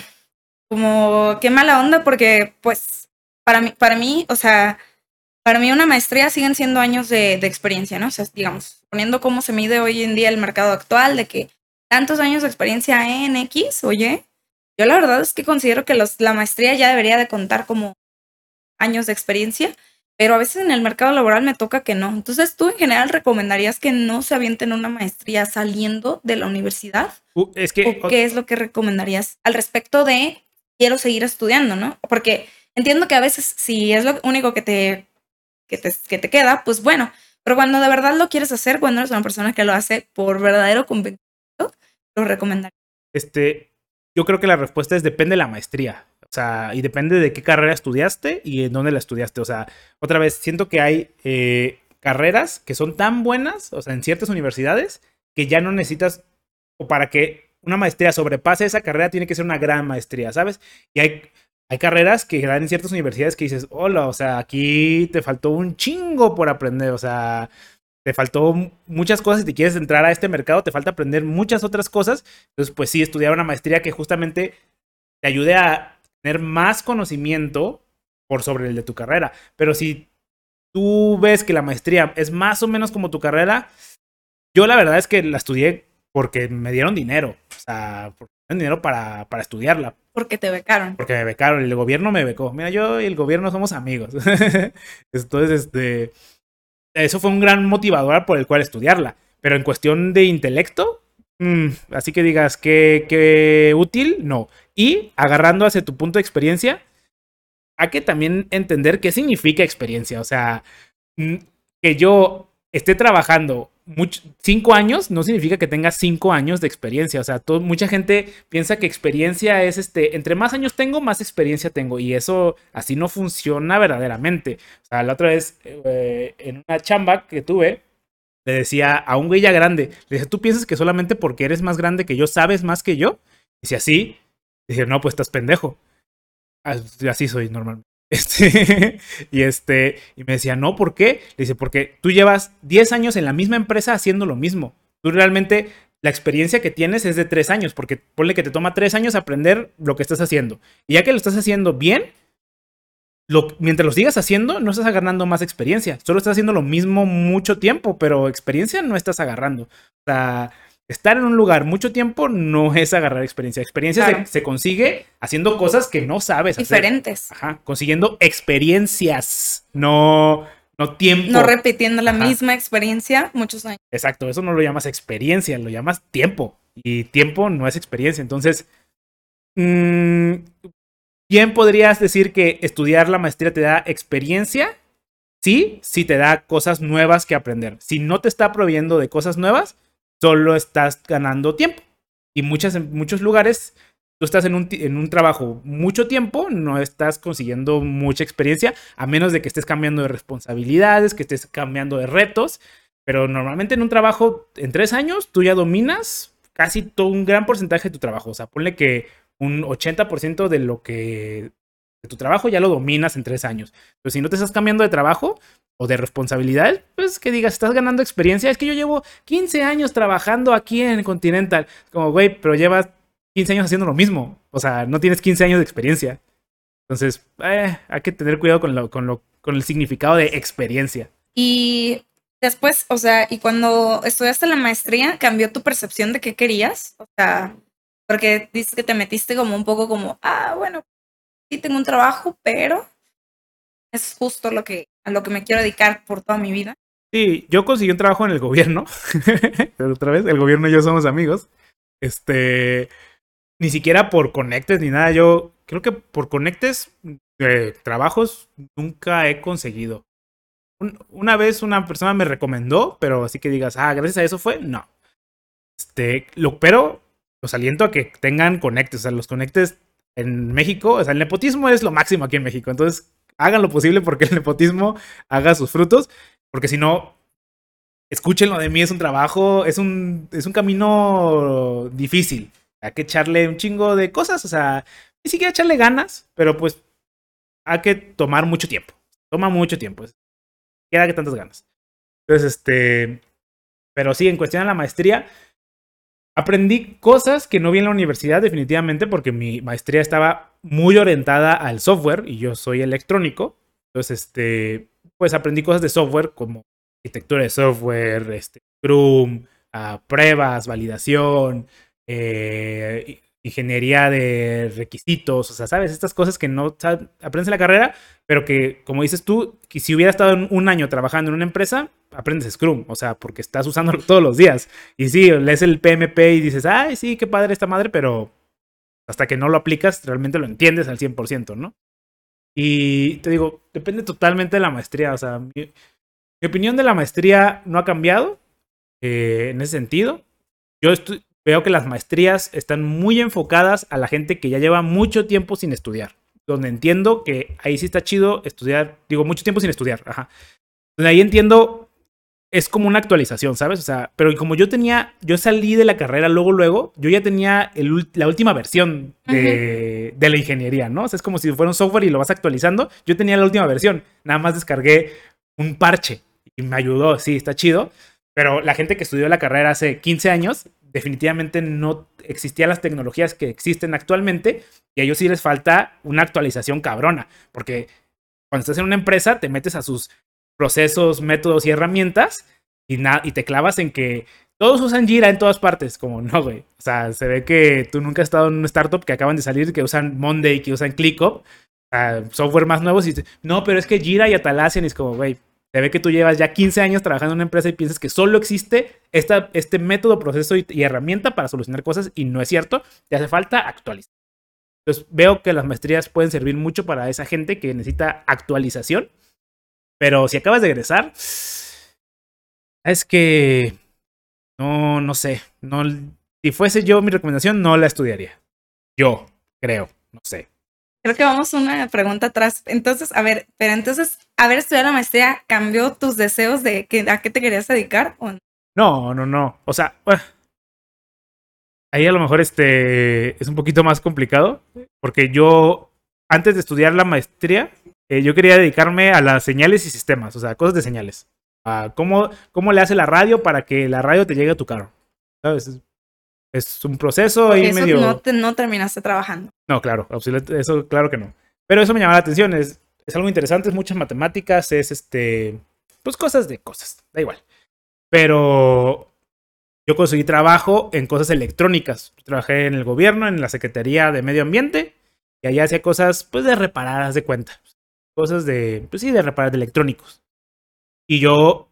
como qué mala onda, porque pues para mí, o sea, para mí una maestría siguen siendo años de experiencia, ¿no? O sea, digamos, poniendo cómo se mide hoy en día el mercado actual, de que tantos años de experiencia en X, oye, yo la verdad es que considero que la maestría ya debería de contar como años de experiencia, pero a veces en el mercado laboral me toca que no. Entonces, ¿tú en general recomendarías que no se avienten una maestría saliendo de la universidad? Es que, ¿O qué es lo que recomendarías al respecto de quiero seguir estudiando, ¿no? Porque entiendo que a veces si es lo único que te queda, pues bueno, pero cuando de verdad lo quieres hacer, cuando eres una persona que lo hace por verdadero convencimiento, lo recomendaría. este, yo creo que la respuesta es depende de la maestría. O sea, y depende de qué carrera estudiaste y en dónde la estudiaste. O sea, otra vez, siento que hay carreras que son tan buenas, o sea, en ciertas universidades, que ya no necesitas, o para que una maestría sobrepase esa carrera, tiene que ser una gran maestría, ¿sabes? Y hay carreras que dan en ciertas universidades que dices, hola, o sea, aquí te faltó un chingo por aprender, o sea, te faltó muchas cosas. Si te quieres entrar a este mercado, te falta aprender muchas otras cosas. Entonces, pues sí, estudiar una maestría que justamente te ayude a tener más conocimiento por sobre el de tu carrera. Pero si tú ves que la maestría es más o menos como tu carrera, yo la verdad es que la estudié porque me dieron dinero. O sea, porque me dieron dinero para estudiarla. Porque te becaron. Porque me becaron, el gobierno me becó. Mira, yo y el gobierno somos amigos. Entonces, eso fue un gran motivador por el cual estudiarla. Pero en cuestión de intelecto, así que digas que útil, no. Y agarrando hacia tu punto de experiencia, hay que también entender qué significa experiencia. O sea, que yo esté trabajando 5 años no significa que tenga 5 años de experiencia. O sea, mucha gente piensa que experiencia es entre más años tengo, más experiencia tengo. Y eso así no funciona verdaderamente. O sea, la otra vez, en una chamba que tuve, le decía a un güey ya grande, le decía, ¿tú piensas que solamente porque eres más grande que yo sabes más que yo? Y si así, dije, no, pues estás pendejo. Así soy normalmente. Y me decía, no, ¿por qué? Le dice, porque tú llevas 10 años en la misma empresa haciendo lo mismo. Tú realmente, la experiencia que tienes es de 3 años, porque ponle que te toma 3 años aprender lo que estás haciendo. Y ya que lo estás haciendo bien, mientras lo sigas haciendo, no estás agarrando más experiencia. Solo estás haciendo lo mismo mucho tiempo, pero experiencia no estás agarrando. O sea, estar en un lugar mucho tiempo no es agarrar experiencia. Experiencia Claro. se consigue haciendo cosas que no sabes hacer. Diferentes. Ajá, consiguiendo experiencias, no tiempo. No repitiendo la Ajá. misma experiencia muchos años. Exacto, eso no lo llamas experiencia, lo llamas tiempo. Y tiempo no es experiencia. Entonces, bien podrías decir que estudiar la maestría te da experiencia, sí te da cosas nuevas que aprender. Si no te está proveyendo de cosas nuevas, solo estás ganando tiempo. Y en muchos lugares, tú estás en un trabajo mucho tiempo, no estás consiguiendo mucha experiencia, a menos de que estés cambiando de responsabilidades, que estés cambiando de retos. Pero normalmente en un trabajo, en 3 años, tú ya dominas casi todo un gran porcentaje de tu trabajo. O sea, ponle que un 80% de lo que de tu trabajo ya lo dominas en 3 años. Pero si no te estás cambiando de trabajo o de responsabilidad, pues que digas, estás ganando experiencia. Es que yo llevo 15 años trabajando aquí en Continental. Como, güey, pero llevas 15 años haciendo lo mismo. O sea, no tienes 15 años de experiencia. Entonces, hay que tener cuidado con el significado de experiencia. Y después, o sea, y cuando estudiaste la maestría, ¿cambió tu percepción de qué querías? O sea, porque dices que te metiste como un poco como, bueno, sí tengo un trabajo, pero es justo a lo que me quiero dedicar por toda mi vida. Sí, yo conseguí un trabajo en el gobierno. Pero otra vez, el gobierno y yo somos amigos. Ni siquiera por conectes ni nada. Yo creo que por conectes, trabajos nunca he conseguido. Una vez una persona me recomendó, pero así que digas, gracias a eso fue, no. Pero los aliento a que tengan conectes. O sea, los conectes en México, o sea, el nepotismo es lo máximo aquí en México. Entonces, hagan lo posible porque el nepotismo haga sus frutos. Porque si no, escúchenlo de mí, es un trabajo, es un camino difícil. Hay que echarle un chingo de cosas, o sea, ni siquiera echarle ganas, pero pues hay que tomar mucho tiempo. Toma mucho tiempo. Queda que tantas ganas. Entonces, pero sí, en cuestión de la maestría, aprendí cosas que no vi en la universidad definitivamente porque mi maestría estaba muy orientada al software y yo soy electrónico. Entonces, pues aprendí cosas de software como arquitectura de software, Scrum, pruebas, validación, ingeniería de requisitos, o sea, ¿sabes? Estas cosas que no aprendes en la carrera, pero que, como dices tú, que si hubiera estado un año trabajando en una empresa, aprendes Scrum, o sea, porque estás usándolo todos los días. Y sí, lees el PMP y dices, ay, sí, qué padre esta madre, pero hasta que no lo aplicas, realmente lo entiendes al 100%, ¿no? Y te digo, depende totalmente de la maestría, o sea, mi opinión de la maestría no ha cambiado en ese sentido. Yo veo que las maestrías están muy enfocadas a la gente que ya lleva mucho tiempo sin estudiar. Donde entiendo que ahí sí está chido estudiar, digo, mucho tiempo sin estudiar, ajá. Donde ahí entiendo, es como una actualización, ¿sabes? O sea, pero como yo salí de la carrera luego, yo ya tenía la última versión de la ingeniería, ¿no? O sea, es como si fuera un software y lo vas actualizando. Yo tenía la última versión, nada más descargué un parche y me ayudó, sí, está chido. Pero la gente que estudió la carrera hace 15 años, definitivamente no existían las tecnologías que existen actualmente y a ellos sí les falta una actualización cabrona, porque cuando estás en una empresa te metes a sus procesos, métodos y herramientas y te clavas en que todos usan Jira en todas partes, como no, güey. O sea, se ve que tú nunca has estado en una startup que acaban de salir, que usan Monday, que usan ClickUp, software más nuevos y no, pero es que Jira y Atlassian es como, güey, se ve que tú llevas ya 15 años trabajando en una empresa y piensas que solo existe este método, proceso y herramienta para solucionar cosas y no es cierto. Te hace falta actualizar. Entonces veo que las maestrías pueden servir mucho para esa gente que necesita actualización. Pero si acabas de egresar, es que no sé. No, si fuese yo mi recomendación, no la estudiaría. Yo creo, no sé. Creo que vamos una pregunta atrás. Entonces, a ver, pero entonces, haber estudiado la maestría cambió tus deseos de a qué te querías dedicar o no? No. O sea, ahí a lo mejor es un poquito más complicado. Porque yo, antes de estudiar la maestría, yo quería dedicarme a las señales y sistemas, o sea, cosas de señales. ¿Cómo le hace la radio para que la radio te llegue a tu carro? ¿Sabes? Es un proceso Porque ahí eso medio... no terminaste trabajando. No, claro, eso claro que no. Pero eso me llama la atención, es algo interesante, es muchas matemáticas, es pues cosas de cosas, da igual. Pero yo conseguí trabajo en cosas electrónicas. Trabajé en el gobierno, en la Secretaría de Medio Ambiente, y allá hacía cosas, pues, de reparar, haz de cuenta. Cosas pues sí, de reparar de electrónicos. Y yo,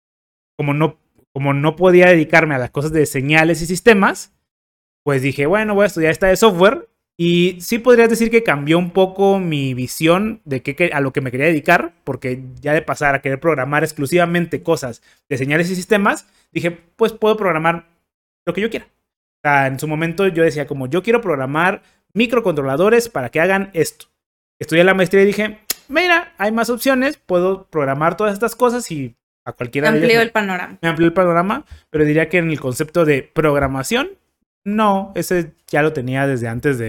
como no podía dedicarme a las cosas de señales y sistemas, pues dije, bueno, voy a estudiar esta de software Y sí podrías decir que cambió un poco mi visión de a lo que me quería dedicar, porque ya de pasar a querer programar exclusivamente cosas de señales y sistemas, dije, pues puedo programar lo que yo quiera. O sea, en su momento yo decía como, yo quiero programar microcontroladores para que hagan esto. Estudié la maestría y dije, mira, hay más opciones, puedo programar todas estas cosas y a cualquiera de ellas Amplió el panorama. me amplió el panorama, pero diría que en el concepto de programación, no, ese ya lo tenía desde antes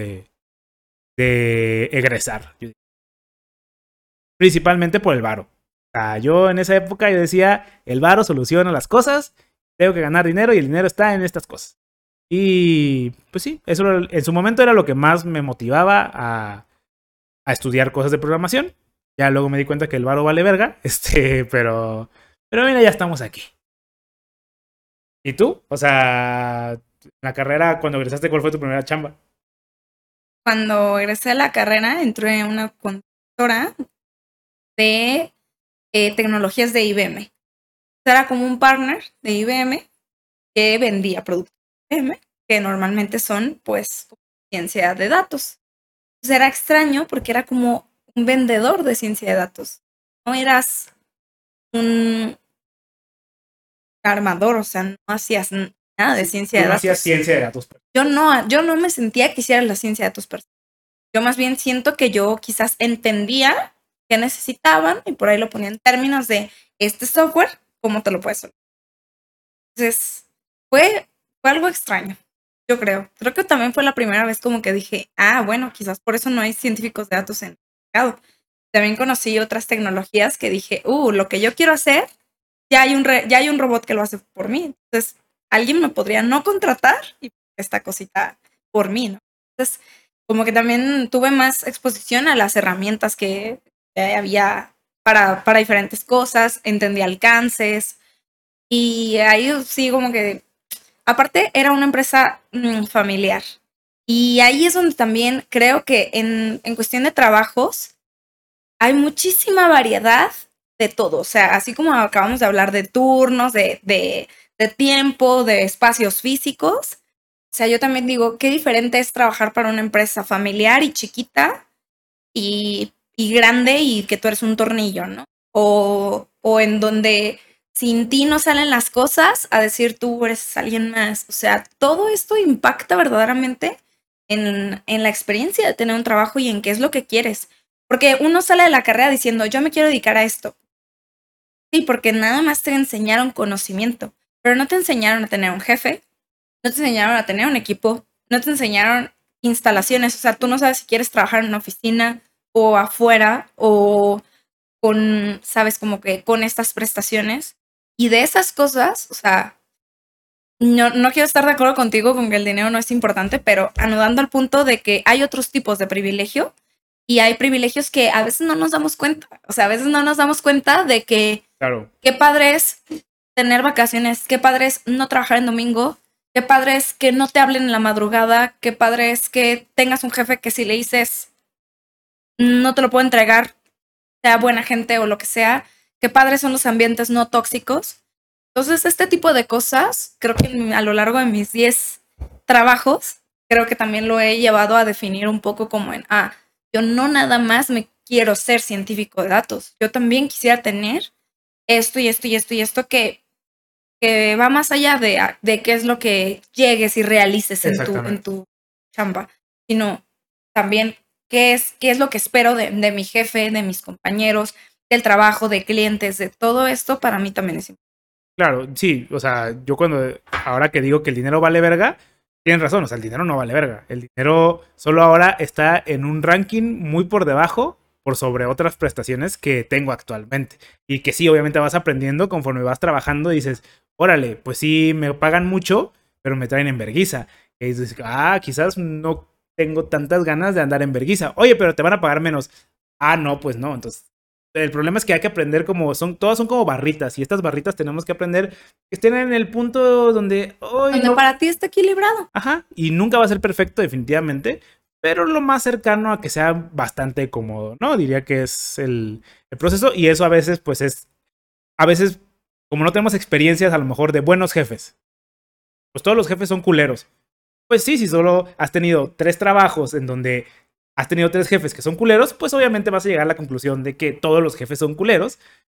de egresar. Principalmente por el varo. O sea, yo en esa época yo decía, el varo soluciona las cosas, tengo que ganar dinero y el dinero está en estas cosas. Y pues sí, eso en su momento era lo que más me motivaba a estudiar cosas de programación. Ya luego me di cuenta que el varo vale verga, pero mira, ya estamos aquí. ¿Y tú? O sea, en la carrera, cuando egresaste, ¿cuál fue tu primera chamba? Cuando egresé a la carrera, entré en una consultora de tecnologías de IBM. Era como un partner de IBM que vendía productos de IBM, que normalmente son, pues, ciencia de datos. Entonces era extraño porque era como un vendedor de ciencia de datos. No eras un armador, o sea, no hacías nada de ciencia Tú de no datos. hacías ciencia de datos. Yo no me sentía que hiciera la ciencia de datos personales. Yo más bien siento que yo quizás entendía qué necesitaban y por ahí lo ponía en términos de este software, ¿cómo te lo puedes solver? Entonces, fue algo extraño, yo creo. Creo que también fue la primera vez como que dije, bueno, quizás por eso no hay científicos de datos en el mercado. También conocí otras tecnologías que dije, lo que yo quiero hacer, ya hay un robot que lo hace por mí. Entonces, alguien me podría no contratar y esta cosita por mí, ¿no? Entonces, como que también tuve más exposición a las herramientas que había para diferentes cosas, entendí alcances y ahí sí como que, aparte era una empresa familiar y ahí es donde también creo que en cuestión de trabajos hay muchísima variedad de todo, o sea, así como acabamos de hablar de turnos, de tiempo, de espacios físicos. O sea, yo también digo, qué diferente es trabajar para una empresa familiar y chiquita y grande y que tú eres un tornillo, ¿no? O en donde sin ti no salen las cosas, a decir tú eres alguien más. O sea, todo esto impacta verdaderamente en la experiencia de tener un trabajo y en qué es lo que quieres. Porque uno sale de la carrera diciendo, yo me quiero dedicar a esto. Sí, porque nada más te enseñaron conocimiento, pero no te enseñaron a tener un jefe, no te enseñaron a tener un equipo, no te enseñaron instalaciones, o sea, tú no sabes si quieres trabajar en una oficina o afuera o con, sabes, como que con estas prestaciones. Y de esas cosas, o sea, no quiero estar de acuerdo contigo con que el dinero no es importante, pero anudando al punto de que hay otros tipos de privilegio y hay privilegios que a veces no nos damos cuenta. O sea, a veces no nos damos cuenta de que Claro. qué padre es tener vacaciones, qué padre es no trabajar en domingo, qué padre es que no te hablen en la madrugada, qué padre es que tengas un jefe que si le dices no te lo puedo entregar, sea buena gente o lo que sea, qué padres son los ambientes no tóxicos. Entonces, este tipo de cosas, creo que a lo largo de mis 10 trabajos, creo que también lo he llevado a definir un poco como yo no nada más me quiero ser científico de datos, yo también quisiera tener esto y esto y esto y esto que va más allá de qué es lo que llegues y realices en tu chamba, sino también qué es lo que espero de mi jefe, de mis compañeros, del trabajo, de clientes, de todo esto, para mí también es importante. Claro, sí, o sea, ahora que digo que el dinero vale verga, tienen razón, o sea, el dinero no vale verga. El dinero solo ahora está en un ranking muy por debajo, por sobre otras prestaciones que tengo actualmente. Y que sí, obviamente vas aprendiendo conforme vas trabajando y dices, órale, pues sí, me pagan mucho, pero me traen en verguiza. Y dices, quizás no tengo tantas ganas de andar en verguiza. Oye, pero te van a pagar menos. No, pues no, entonces el problema es que hay que aprender todas son como barritas y estas barritas tenemos que aprender que estén en el punto donde Donde para ti está equilibrado. Ajá, y nunca va a ser perfecto definitivamente, pero lo más cercano a que sea bastante cómodo, ¿no? Diría que es el proceso y eso a veces pues a veces como no tenemos experiencias a lo mejor de buenos jefes, pues todos los jefes son culeros, Pues sí, si solo has tenido 3 trabajos en donde has tenido 3 jefes que son culeros, pues obviamente vas a llegar a la conclusión de que todos los jefes son culeros.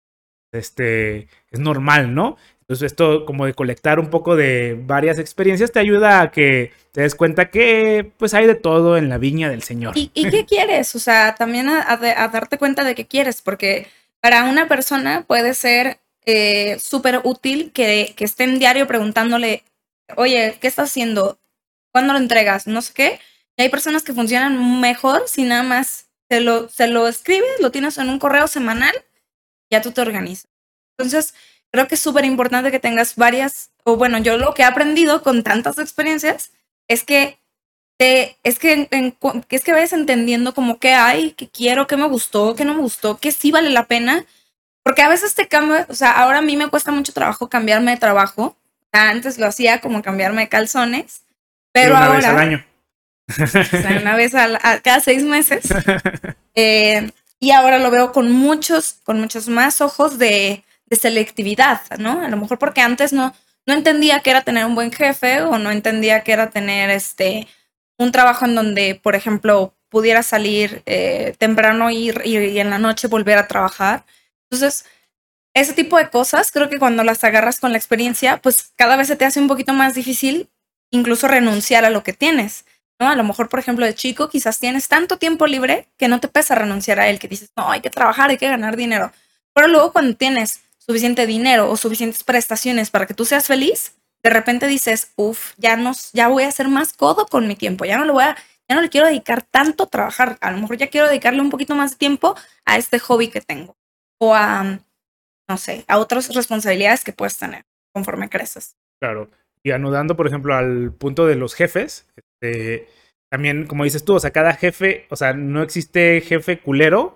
Es normal, ¿no? Entonces esto como de colectar un poco de varias experiencias te ayuda a que te des cuenta que pues hay de todo en la viña del Señor. ¿Y qué quieres? O sea, también a darte cuenta de qué quieres, porque para una persona puede ser súper útil que esté en diario preguntándole, oye, ¿qué estás haciendo? ¿Cuándo lo entregas? No sé qué. Y hay personas que funcionan mejor si nada más se lo escribes, lo tienes en un correo semanal, ya tú te organizas. Entonces, creo que es súper importante que tengas varias, o bueno, yo lo que he aprendido con tantas experiencias es que es que vayas entendiendo como qué hay, qué quiero, qué me gustó, qué no me gustó, qué sí vale la pena, porque a veces te cambia, o sea, ahora a mí me cuesta mucho trabajo cambiarme de trabajo. Antes lo hacía como cambiarme de calzones, Y pero una vez al ahora, año. o sea, una vez cada 6 meses, y ahora lo veo con muchos más ojos de selectividad, ¿no? A lo mejor porque antes no entendía que era tener un buen jefe o no entendía que era tener un trabajo en donde, por ejemplo, pudiera salir temprano y en la noche volver a trabajar. Entonces, ese tipo de cosas, creo que cuando las agarras con la experiencia, pues cada vez se te hace un poquito más difícil incluso renunciar a lo que tienes, ¿no? A lo mejor, por ejemplo, de chico, quizás tienes tanto tiempo libre que no te pesa renunciar a él, que dices, no, hay que trabajar, hay que ganar dinero. Pero luego cuando tienes suficiente dinero o suficientes prestaciones para que tú seas feliz, de repente dices, uff, ya voy a ser más codo con mi tiempo, ya no le quiero dedicar tanto a trabajar, a lo mejor ya quiero dedicarle un poquito más de tiempo a este hobby que tengo o a, no sé, a otras responsabilidades que puedes tener conforme creces. Claro. Y anudando, por ejemplo, al punto de los jefes, también, como dices tú, o sea, cada jefe, o sea, no existe jefe culero,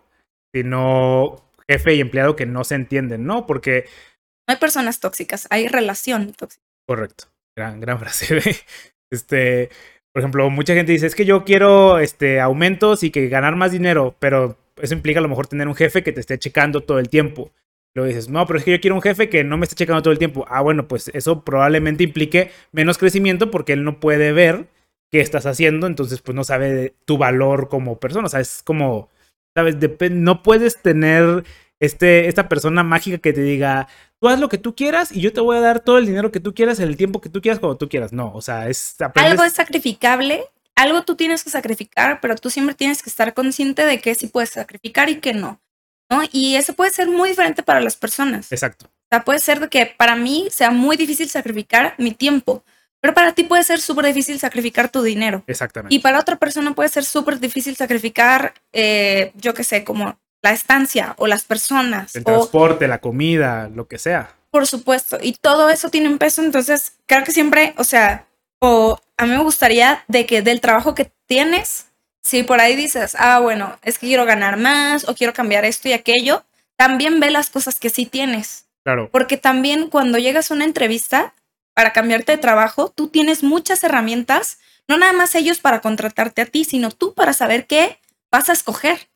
sino jefe y empleado que no se entienden, ¿no? Porque, No hay personas tóxicas, hay relación tóxica. correcto, gran frase. Este, por ejemplo, mucha gente dice, es que yo quiero aumentos y que ganar más dinero, pero eso implica a lo mejor tener un jefe que te esté checando todo el tiempo. Luego dices, no, pero es que yo quiero un jefe que no me esté checando todo el tiempo. Ah, bueno, pues eso probablemente implique menos crecimiento porque él no puede ver qué estás haciendo, entonces pues no sabe de tu valor como persona. O sea, es como, ¿sabes? No puedes tener esta persona mágica que te diga, tú haz lo que tú quieras y yo te voy a dar todo el dinero que tú quieras, en el tiempo que tú quieras, cuando tú quieras. No, o sea, Algo aprendes. es sacrificable, algo tú tienes que sacrificar, pero tú siempre tienes que estar consciente de qué sí puedes sacrificar y qué no, ¿no? Y eso puede ser muy diferente para las personas. Exacto, O sea, puede ser de que para mí sea muy difícil sacrificar mi tiempo, pero para ti puede ser súper difícil sacrificar tu dinero. Y exactamente. para otra persona puede ser súper difícil sacrificar, yo qué sé, como la estancia o las personas El o transporte, la comida, lo que sea. por supuesto, y todo eso tiene un peso, entonces creo que siempre, o sea, o a mí me gustaría de que del trabajo que tienes, si por ahí dices, ah, bueno, es que quiero ganar más o quiero cambiar esto y aquello, también ve las cosas que sí tienes. Claro, Porque también cuando llegas a una entrevista para cambiarte de trabajo, tú tienes muchas herramientas, no nada más ellos para contratarte a ti, sino tú para saber qué vas a escoger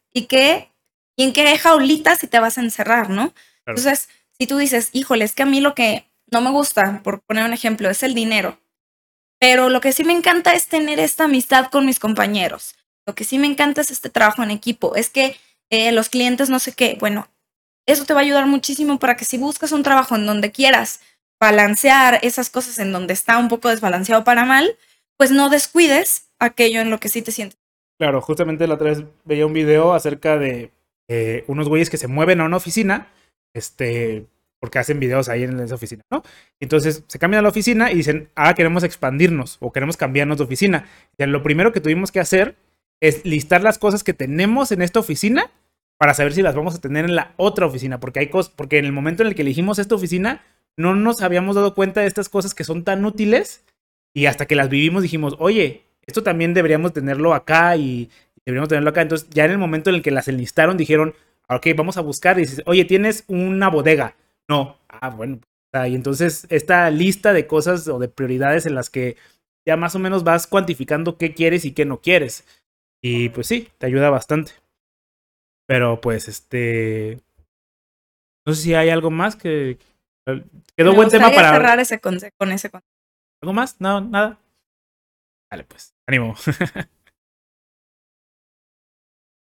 y en qué jaulita si te vas a encerrar, ¿no? claro. Entonces, si tú dices, híjole, es que a mí lo que no me gusta, por poner un ejemplo, es el dinero, pero lo que sí me encanta es tener esta amistad con mis compañeros. Lo que sí me encanta es este trabajo en equipo, es que los clientes no sé qué, bueno, eso te va a ayudar muchísimo para que si buscas un trabajo en donde quieras balancear esas cosas en donde está un poco desbalanceado para mal, pues no descuides aquello en lo que sí te sientes. Claro, justamente la otra vez veía un video acerca de unos güeyes que se mueven a una oficina, porque hacen videos ahí en esa oficina, ¿no? Entonces se cambian a la oficina y dicen, ah, queremos expandirnos o queremos cambiarnos de oficina. Y lo primero que tuvimos que hacer es listar las cosas que tenemos en esta oficina para saber si las vamos a tener en la otra oficina, porque hay cosas, porque en el momento en el que elegimos esta oficina no nos habíamos dado cuenta de estas cosas que son tan útiles y hasta que las vivimos dijimos, oye, esto también deberíamos tenerlo acá y deberíamos tenerlo acá. Entonces, ya en el momento en el que las enlistaron, dijeron, ok, vamos a buscar. Y dices, oye, ¿tienes una bodega? No. Ah, bueno. Y entonces, esta lista de cosas o de prioridades en las que ya más o menos vas cuantificando qué quieres y qué no quieres. Y pues sí, te ayuda bastante. Pero pues, no sé si hay algo más que. Quedó Me buen tema gustaría para. cerrar ese con ese consejo. ¿Algo más? No, nada. Dale, pues, ánimo.